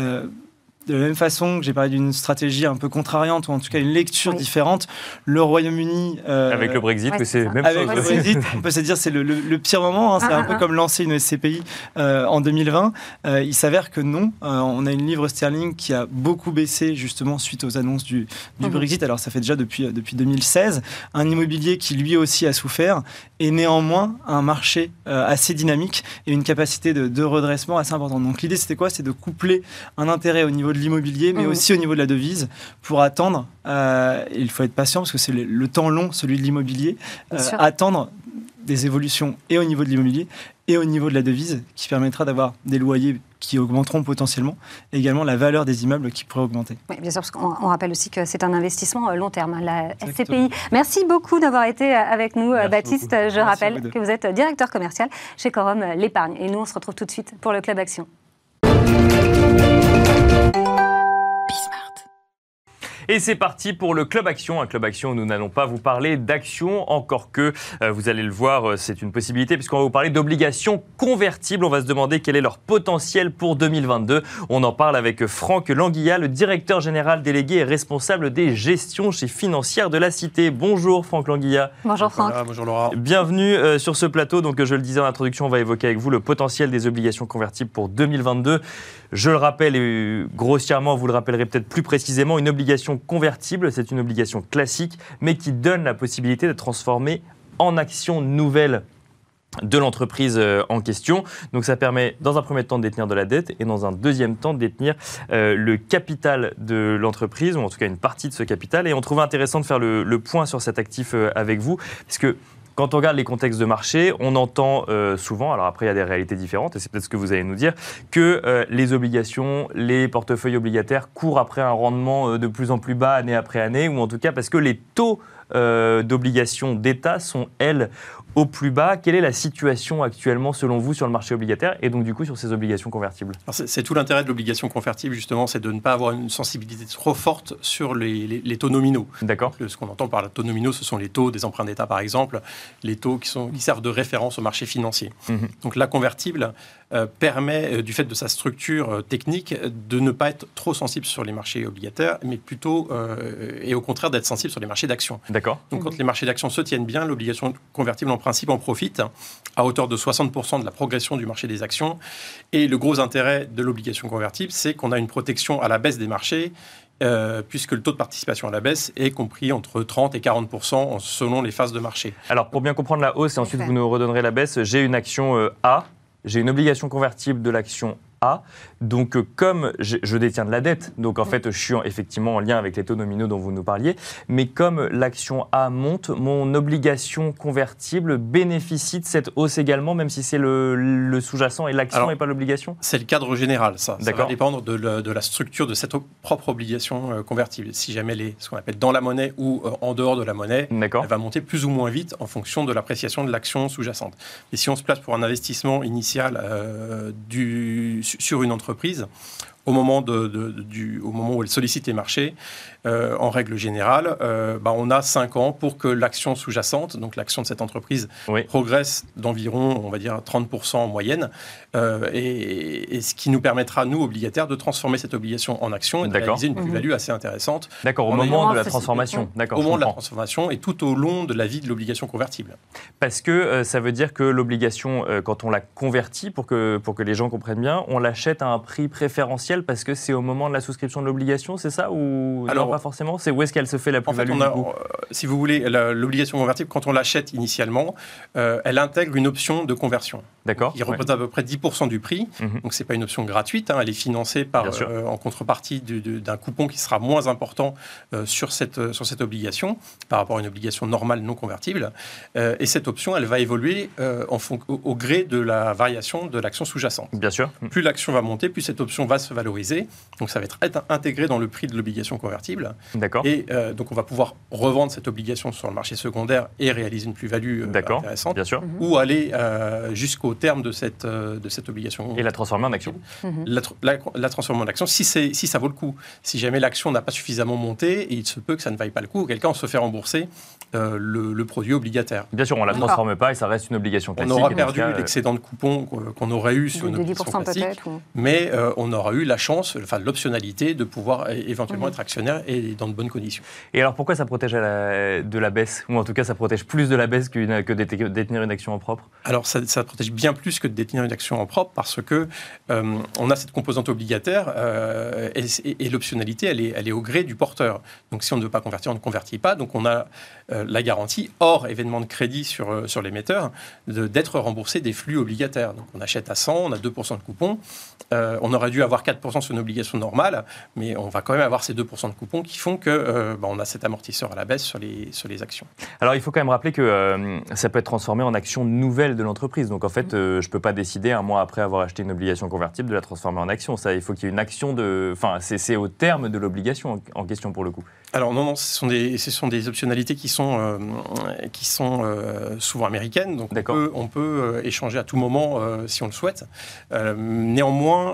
De la même façon que j'ai parlé d'une stratégie un peu contrariante, ou en tout cas une lecture différente, le Royaume-Uni... avec le Brexit, c'est la même chose. Avec le Brexit, on peut se dire c'est le pire moment. C'est un peu comme lancer une SCPI en 2020. Il s'avère que non. On a une livre sterling qui a beaucoup baissé justement suite aux annonces du Brexit. Alors ça fait déjà depuis 2016. Un immobilier qui lui aussi a souffert, et néanmoins un marché assez dynamique et une capacité de redressement assez importante. Donc l'idée c'était quoi ? C'est de coupler un intérêt au niveau de l'immobilier, mais aussi au niveau de la devise, pour attendre, il faut être patient parce que c'est le temps long, celui de l'immobilier, attendre des évolutions et au niveau de l'immobilier et au niveau de la devise, qui permettra d'avoir des loyers qui augmenteront potentiellement, et également la valeur des immeubles qui pourrait augmenter. Oui, bien sûr, parce qu'on rappelle aussi que c'est un investissement long terme, la SCPI. Merci beaucoup d'avoir été avec nous, Baptiste. Je rappelle que vous êtes directeur commercial chez Quorum l'Épargne. Et nous, on se retrouve tout de suite pour le Club Action. Et c'est parti pour le Club Action, un Club Action où nous n'allons pas vous parler d'actions, encore que, vous allez le voir, c'est une possibilité, puisqu'on va vous parler d'obligations convertibles. On va se demander quel est leur potentiel pour 2022. On en parle avec Franck Languilla, le directeur général délégué et responsable des gestions chez Financière de la Cité. Bonjour Franck Languilla. Bonjour Franck. Voilà, bonjour Laura. Bienvenue sur ce plateau. Donc je le disais en introduction, on va évoquer avec vous le potentiel des obligations convertibles pour 2022. Je le rappelle, et grossièrement, vous le rappellerez peut-être plus précisément, une obligation l'obligation convertible, c'est une obligation classique, mais qui donne la possibilité d'être transformée en action nouvelle de l'entreprise en question. Donc ça permet dans un premier temps de détenir de la dette et dans un deuxième temps de détenir le capital de l'entreprise, ou en tout cas une partie de ce capital. Et on trouvait intéressant de faire le point sur cet actif avec vous, puisque quand on regarde les contextes de marché, on entend souvent, alors après il y a des réalités différentes, et c'est peut-être ce que vous allez nous dire, que les obligations, les portefeuilles obligataires courent après un rendement de plus en plus bas année après année, ou en tout cas parce que les taux d'obligations d'État sont, elles, au plus bas. Quelle est la situation actuellement, selon vous, sur le marché obligataire et donc, du coup, sur ces obligations convertibles ? Alors c'est tout l'intérêt de l'obligation convertible, justement, c'est de ne pas avoir une sensibilité trop forte sur les taux nominaux. D'accord. Ce qu'on entend par les taux nominaux, ce sont les taux des emprunts d'État, par exemple, les taux qui servent de référence au marché financier. Donc la convertible permet, du fait de sa structure technique, de ne pas être trop sensible sur les marchés obligataires, mais plutôt, et au contraire, d'être sensible sur les marchés d'actions. D'accord. Donc quand les marchés d'actions se tiennent bien, l'obligation convertible en principe en profite à hauteur de 60% de la progression du marché des actions. Et le gros intérêt de l'obligation convertible, c'est qu'on a une protection à la baisse des marchés, puisque le taux de participation à la baisse est compris entre 30 et 40% selon les phases de marché. Alors pour bien comprendre la hausse, et ensuite vous nous redonnerez la baisse, j'ai une action A, j'ai une obligation convertible de l'action A. Donc, comme je détiens de la dette, donc en fait, je suis effectivement en lien avec les taux nominaux dont vous nous parliez, mais comme l'action A monte, mon obligation convertible bénéficie de cette hausse également, même si c'est le sous-jacent et l'action et pas l'obligation ? C'est le cadre général, ça. D'accord. Ça va dépendre de la structure de cette propre obligation convertible. Si jamais elle est ce qu'on appelle dans la monnaie ou en dehors de la monnaie, D'accord. Elle va monter plus ou moins vite en fonction de l'appréciation de l'action sous-jacente. Et si on se place pour un investissement initial sur une entreprise, au moment où elle sollicite les marchés, en règle générale, on a 5 ans pour que l'action sous-jacente, donc l'action de cette entreprise, progresse d'environ, on va dire, 30% en moyenne, et ce qui nous permettra, nous, obligataires, de transformer cette obligation en action et de réaliser une plus-value assez intéressante. D'accord, au moment de la transformation. Au moment de la transformation et tout au long de la vie de l'obligation convertible. Parce que ça veut dire que l'obligation, quand on la convertit, pour que les gens comprennent bien, on l'achète à un prix préférentiel parce que c'est au moment de la souscription de l'obligation, c'est ça ou alors, non, pas forcément. C'est où est-ce qu'elle se fait la plus-value ? Si vous voulez, l'obligation convertible, quand on l'achète initialement, elle intègre une option de conversion. D'accord. Qui représente à peu près 10% du prix. Donc c'est pas une option gratuite. Elle est financée en contrepartie d'un coupon qui sera moins important sur cette obligation par rapport à une obligation normale non convertible. Et cette option, elle va évoluer au gré de la variation de l'action sous-jacente. Bien sûr. Plus l'action va monter, plus cette option va se valoriser. Donc ça va être intégré dans le prix de l'obligation convertible. D'accord. Et donc on va pouvoir revendre cette obligation sur le marché secondaire et réaliser une plus-value intéressante. Bien sûr. Ou aller jusqu'au terme de cette obligation. Et la transformer en action. La transformer en action, si ça vaut le coup. Si jamais l'action n'a pas suffisamment monté, et il se peut que ça ne vaille pas le coup, quelqu'un se fait rembourser le produit obligataire. Bien sûr, on ne la transforme pas et ça reste une obligation classique. On aura perdu l'excédent de coupon qu'on aurait eu sur une obligation classique, mais on aura eu la chance, l'optionnalité de pouvoir éventuellement être actionnaire et dans de bonnes conditions. Et alors pourquoi ça protège de la baisse ? Ou en tout cas, ça protège plus de la baisse que détenir une action en propre ? Alors ça protège bien plus que de détenir une action en propre parce que on a cette composante obligataire et l'optionnalité, elle est au gré du porteur. Donc si on ne veut pas convertir, on ne convertit pas. Donc on a la garantie, hors événement de crédit sur l'émetteur, d'être remboursé des flux obligataires. Donc on achète à 100, on a 2% de coupon. On aurait dû avoir 4% sur une obligation normale, mais on va quand même avoir ces 2% de coupon qui font qu'on a cet amortisseur à la baisse sur les actions. Alors il faut quand même rappeler que ça peut être transformé en action nouvelle de l'entreprise. Donc en fait, je ne peux pas décider un mois après avoir acheté une obligation convertible de la transformer en action. Ça, il faut qu'il y ait une action c'est au terme de l'obligation en question pour le coup. Alors non, ce sont des optionnalités qui sont souvent américaines, donc on peut échanger à tout moment si on le souhaite. Néanmoins,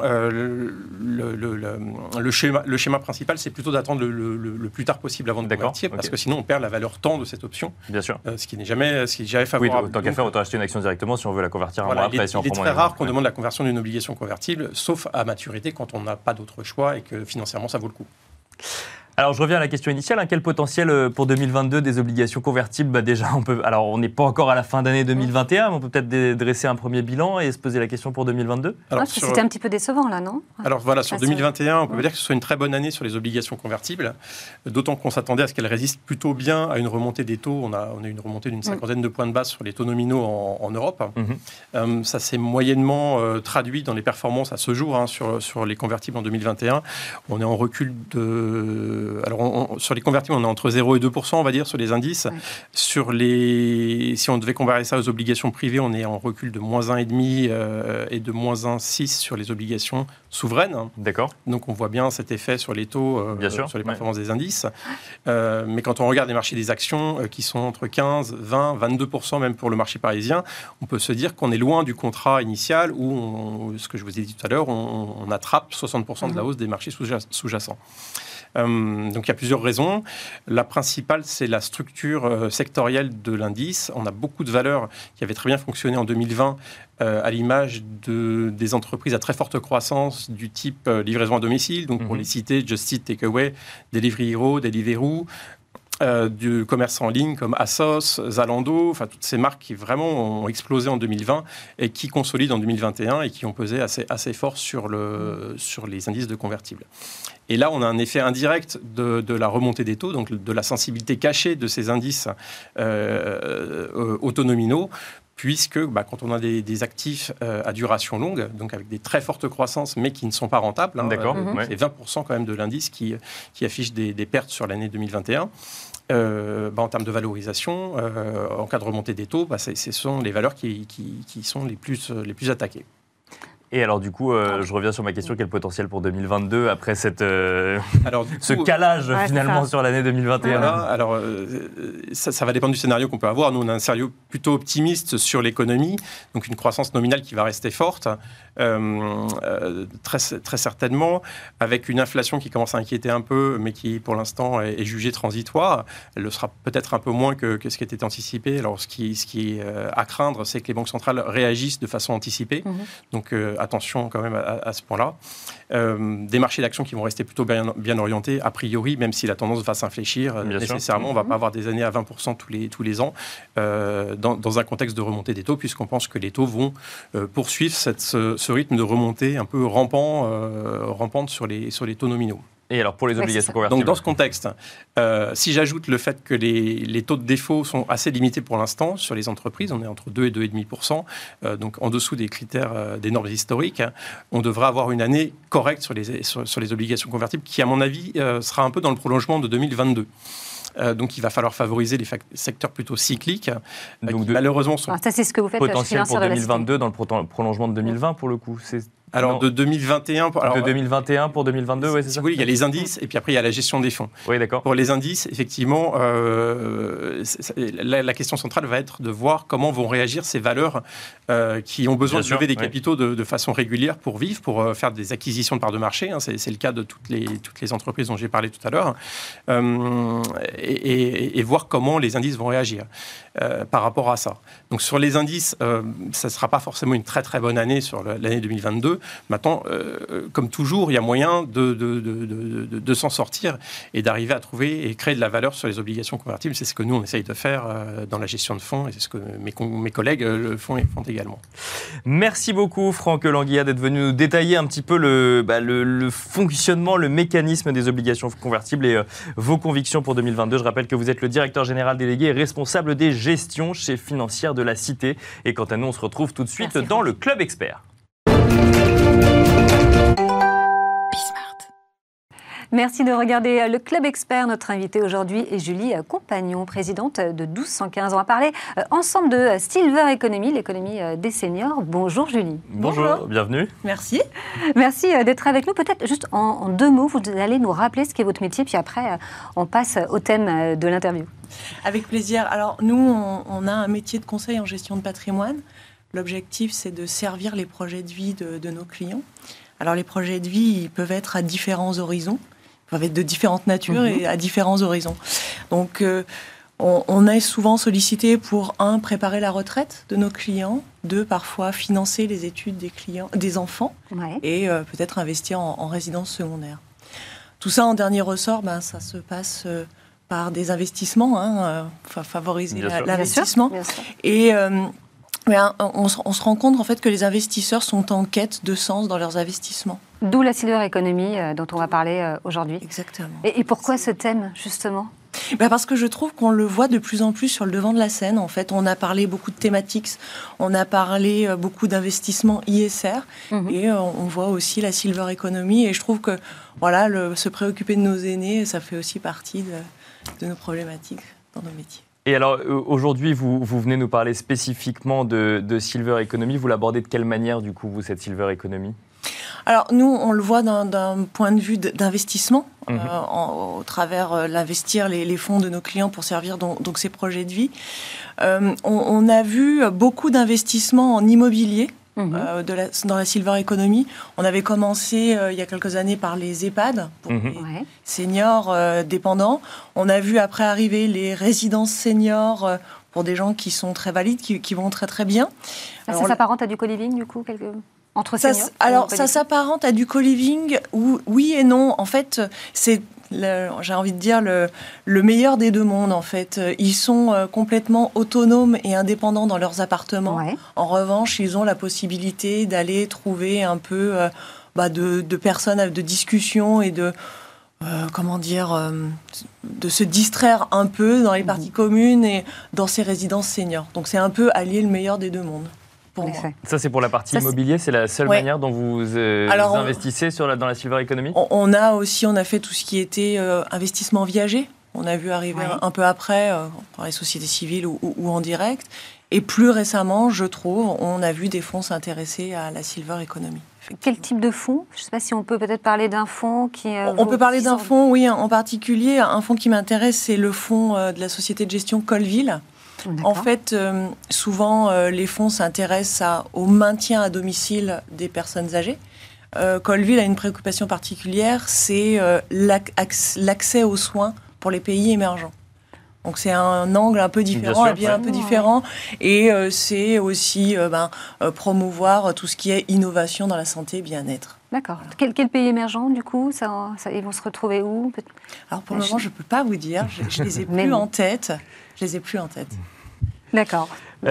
le schéma principal, c'est plutôt d'attendre le plus tard possible avant de convertir, parce que sinon on perd la valeur temps de cette option. Bien sûr. Ce qui n'est jamais favorable. Oui, tant qu'à faire, autant acheter une action directement si on veut la convertir un mois après. Il est très rare qu'on demande la conversion d'une obligation convertible, sauf à maturité quand on n'a pas d'autre choix et que financièrement ça vaut le coup. Alors, je reviens à la question initiale. Quel potentiel pour 2022 des obligations convertibles? Déjà, on n'est pas encore à la fin d'année 2021, mais on peut peut-être dresser un premier bilan et se poser la question pour 2022. Alors, c'était un petit peu décevant, là, non? Alors voilà, sur 2021, on peut dire que ce soit une très bonne année sur les obligations convertibles, d'autant qu'on s'attendait à ce qu'elles résistent plutôt bien à une remontée des taux. On a eu une remontée d'une cinquantaine de points de base sur les taux nominaux en Europe. Ça s'est moyennement traduit dans les performances à ce jour sur les convertibles en 2021. On est en recul de... Alors, sur les convertibles, on est entre 0 et 2%, on va dire, sur les indices. Ouais. Si on devait comparer ça aux obligations privées, on est en recul de moins 1,5 et de moins 1,6 sur les obligations souveraines. D'accord. Donc, on voit bien cet effet sur les taux, sur les performances des indices. Mais quand on regarde les marchés des actions, qui sont entre 15, 20, 22% même pour le marché parisien, on peut se dire qu'on est loin du contrat initial où, ce que je vous ai dit tout à l'heure, on attrape 60% de la hausse des marchés sous-jacents. Donc il y a plusieurs raisons. La principale, c'est la structure sectorielle de l'indice. On a beaucoup de valeurs qui avaient très bien fonctionné en 2020 à l'image des entreprises à très forte croissance du type livraison à domicile. Donc pour les citer, Just Eat Takeaway, Delivery Hero, Deliveroo, du commerce en ligne comme Asos, Zalando, enfin toutes ces marques qui vraiment ont explosé en 2020 et qui consolident en 2021 et qui ont pesé assez fort sur les indices de convertibles. Et là, on a un effet indirect de la remontée des taux, donc de la sensibilité cachée de ces indices autonominaux, puisque quand on a des actifs à duration longue, donc avec des très fortes croissances, mais qui ne sont pas rentables, c'est 20% quand même de l'indice qui affiche des pertes sur l'année 2021. En termes de valorisation, en cas de remontée des taux, ce sont les valeurs qui sont les plus attaquées. Et alors du coup, je reviens sur ma question, quel potentiel pour 2022 après ce calage finalement sur l'année 2021? Voilà, alors ça va dépendre du scénario qu'on peut avoir. Nous, on a un scénario plutôt optimiste sur l'économie, donc une croissance nominale qui va rester forte, très, très certainement, avec une inflation qui commence à inquiéter un peu, mais qui pour l'instant est jugée transitoire. Elle le sera peut-être un peu moins que ce qui était anticipé. Alors ce qui est à craindre, c'est que les banques centrales réagissent de façon anticipée. Donc attention quand même à ce point-là. Des marchés d'actions qui vont rester plutôt bien orientés, a priori, même si la tendance va s'infléchir nécessairement. On ne va pas avoir des années à 20% tous les ans dans un contexte de remontée des taux, puisqu'on pense que les taux vont poursuivre ce rythme de remontée un peu rampante sur les taux nominaux. Et alors pour les obligations convertibles? Donc dans ce contexte, si j'ajoute le fait que les taux de défaut sont assez limités pour l'instant sur les entreprises, on est entre 2 et 2,5%, donc en dessous des critères des normes historiques, on devrait avoir une année correcte sur les obligations convertibles qui, à mon avis, sera un peu dans le prolongement de 2022. Donc il va falloir favoriser les secteurs plutôt cycliques, qui malheureusement sont... ça, c'est ce que vous faites potentiel pour 2022 dans le prolongement de 2020 pour le coup. Alors, de 2021... de 2021 pour 2022, oui, c'est ça. Oui, il y a les indices, et puis après, il y a la gestion des fonds. Oui, d'accord. Pour les indices, effectivement, la question centrale va être de voir comment vont réagir ces valeurs qui ont besoin de lever des capitaux de façon régulière pour vivre, pour faire des acquisitions de parts de marché. C'est le cas de toutes les entreprises dont j'ai parlé tout à l'heure. Et voir comment les indices vont réagir par rapport à ça. Donc, sur les indices, ça ne sera pas forcément une très, très bonne année sur l'année 2022. Maintenant, comme toujours, il y a moyen de s'en sortir et d'arriver à trouver et créer de la valeur sur les obligations convertibles. C'est ce que nous, on essaye de faire dans la gestion de fonds et c'est ce que mes collègues le font également. Merci beaucoup, Franck Languilla, d'être venu nous détailler un petit peu le fonctionnement, le mécanisme des obligations convertibles et vos convictions pour 2022. Je rappelle que vous êtes le directeur général délégué et responsable des gestions chez Financière de la Cité. Et quant à nous, on se retrouve tout de suite dans le Club Expert. Merci de regarder le Club Expert. Notre invitée aujourd'hui est Julie Compagnon, présidente de 1215. On va parler ensemble de Silver Economy, l'économie des seniors. Bonjour Julie. Bonjour, bienvenue. Merci. Merci d'être avec nous. Peut-être juste en deux mots, vous allez nous rappeler ce qu'est votre métier, puis après on passe au thème de l'interview. Avec plaisir. Alors nous, on a un métier de conseil en gestion de patrimoine. L'objectif, c'est de servir les projets de vie de nos clients. Alors les projets de vie, ils peuvent être à différents horizons. Ils peuvent être de différentes natures et à différents horizons. Donc, on est souvent sollicité pour, préparer la retraite de nos clients, 2, parfois financer les études des enfants et peut-être investir en résidence secondaire. Tout ça, en dernier ressort, ça se passe par des investissements, favoriser l'investissement. Et on se rend compte en fait que les investisseurs sont en quête de sens dans leurs investissements. D'où la Silver Economy dont on va parler aujourd'hui. Exactement. Et pourquoi ce thème, justement ? Parce que je trouve qu'on le voit de plus en plus sur le devant de la scène. En fait, on a parlé beaucoup de thématiques, on a parlé beaucoup d'investissements ISR, et on voit aussi la Silver Economy. Et je trouve que se préoccuper de nos aînés, ça fait aussi partie de nos problématiques dans nos métiers. Et alors, aujourd'hui, vous venez nous parler spécifiquement de Silver Economy. Vous l'abordez de quelle manière, du coup, vous, cette Silver Economy ? Alors, nous, on le voit d'un point de vue d'investissement, au travers l'investir les fonds de nos clients pour servir donc ces projets de vie. On a vu beaucoup d'investissements en immobilier dans la Silver Economy. On avait commencé il y a quelques années par les EHPAD, pour les seniors dépendants. On a vu après arriver les résidences seniors pour des gens qui sont très valides, qui vont très très bien. Ça s'apparente à du co-living, du coup, entre seniors? Ça s'apparente à du co-living, oui et non. En fait, c'est, j'ai envie de dire, le meilleur des deux mondes, en fait. Ils sont complètement autonomes et indépendants dans leurs appartements. Ouais. En revanche, ils ont la possibilité d'aller trouver un peu de personnes, de discussions et de se distraire un peu dans les parties communes et dans ces résidences seniors. Donc c'est un peu allier le meilleur des deux mondes. Ça, c'est pour la partie immobilier, c'est la seule manière dont vous investissez dans la Silver Economy ? On a fait tout ce qui était investissement viager. On a vu arriver un peu après, par les sociétés civiles ou en direct. Et plus récemment, je trouve, on a vu des fonds s'intéresser à la Silver Economy. Quel type de fonds ? Je ne sais pas si on peut peut-être parler d'un fonds qui... on peut parler d'un fonds, oui, en particulier. Un fonds qui m'intéresse, c'est le fonds de la société de gestion Colville. En fait, souvent, les fonds s'intéressent au maintien à domicile des personnes âgées. Colville a une préoccupation particulière, c'est l'accès aux soins pour les pays émergents. Donc c'est un angle un peu différent, un biais un peu différent. Et c'est aussi promouvoir tout ce qui est innovation dans la santé et bien-être. D'accord. Voilà. Quel pays émergent, du coup ils vont se retrouver où ? Alors pour le moment, je ne peux pas vous dire. Je ne les ai plus en tête. D'accord.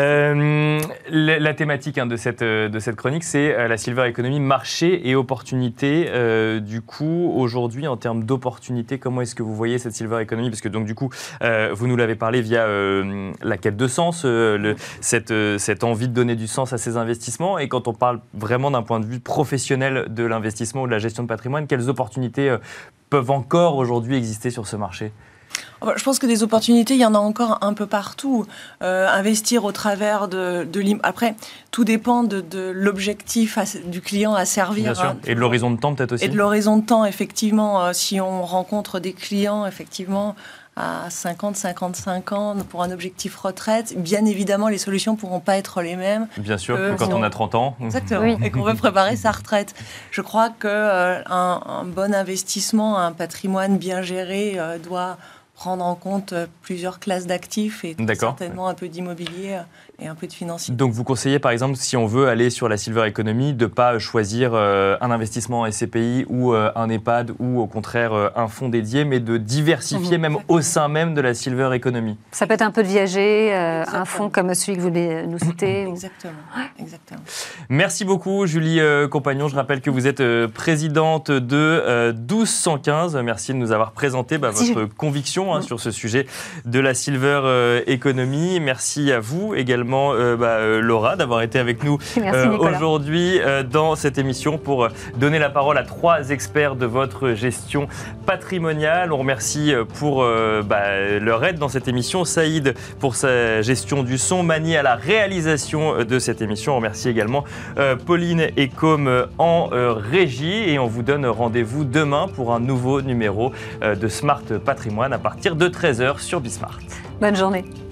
La thématique de cette chronique, c'est la Silver Economy, marché et opportunité. Du coup, aujourd'hui, en termes d'opportunité, comment est-ce que vous voyez cette Silver Economy ? Parce que donc, du coup, vous nous l'avez parlé via la quête de sens, cette envie de donner du sens à ces investissements. Et quand on parle vraiment d'un point de vue professionnel de l'investissement ou de la gestion de patrimoine, quelles opportunités peuvent encore aujourd'hui exister sur ce marché ? Je pense que des opportunités, il y en a encore un peu partout. Investir au travers Après, tout dépend de l'objectif du client à servir. Bien sûr. Et de l'horizon de temps peut-être aussi. Et de l'horizon de temps, effectivement. Si on rencontre des clients, effectivement, à 50, 55 ans, pour un objectif retraite, bien évidemment, les solutions ne pourront pas être les mêmes. Bien sûr, que quand on a 30 ans. Exactement, oui. Et qu'on veut préparer sa retraite. Je crois qu'un bon investissement, un patrimoine bien géré doit prendre en compte plusieurs classes d'actifs et certainement un peu d'immobilier et un peu de financier. Donc vous conseillez par exemple, si on veut aller sur la Silver Economy, de ne pas choisir un investissement en SCPI ou un EHPAD ou au contraire un fonds dédié, mais de diversifier même au sein même de la Silver Economy. Ça peut être un peu de viager, un fonds comme celui que vous venez nous citer. Exactement. Exactement. Merci beaucoup Julie Compagnon. Je rappelle que vous êtes présidente de 1215. Merci de nous avoir présenté votre conviction sur ce sujet de la Silver Economy. Merci à vous également, Laura, d'avoir été avec nous aujourd'hui dans cette émission pour donner la parole à 3 experts de votre gestion patrimoniale. On remercie pour leur aide dans cette émission, Saïd pour sa gestion du son, Mani à la réalisation de cette émission. On remercie également Pauline et Com en régie et on vous donne rendez-vous demain pour un nouveau numéro de Smart Patrimoine à partir de 13h sur Bismart. Bonne journée.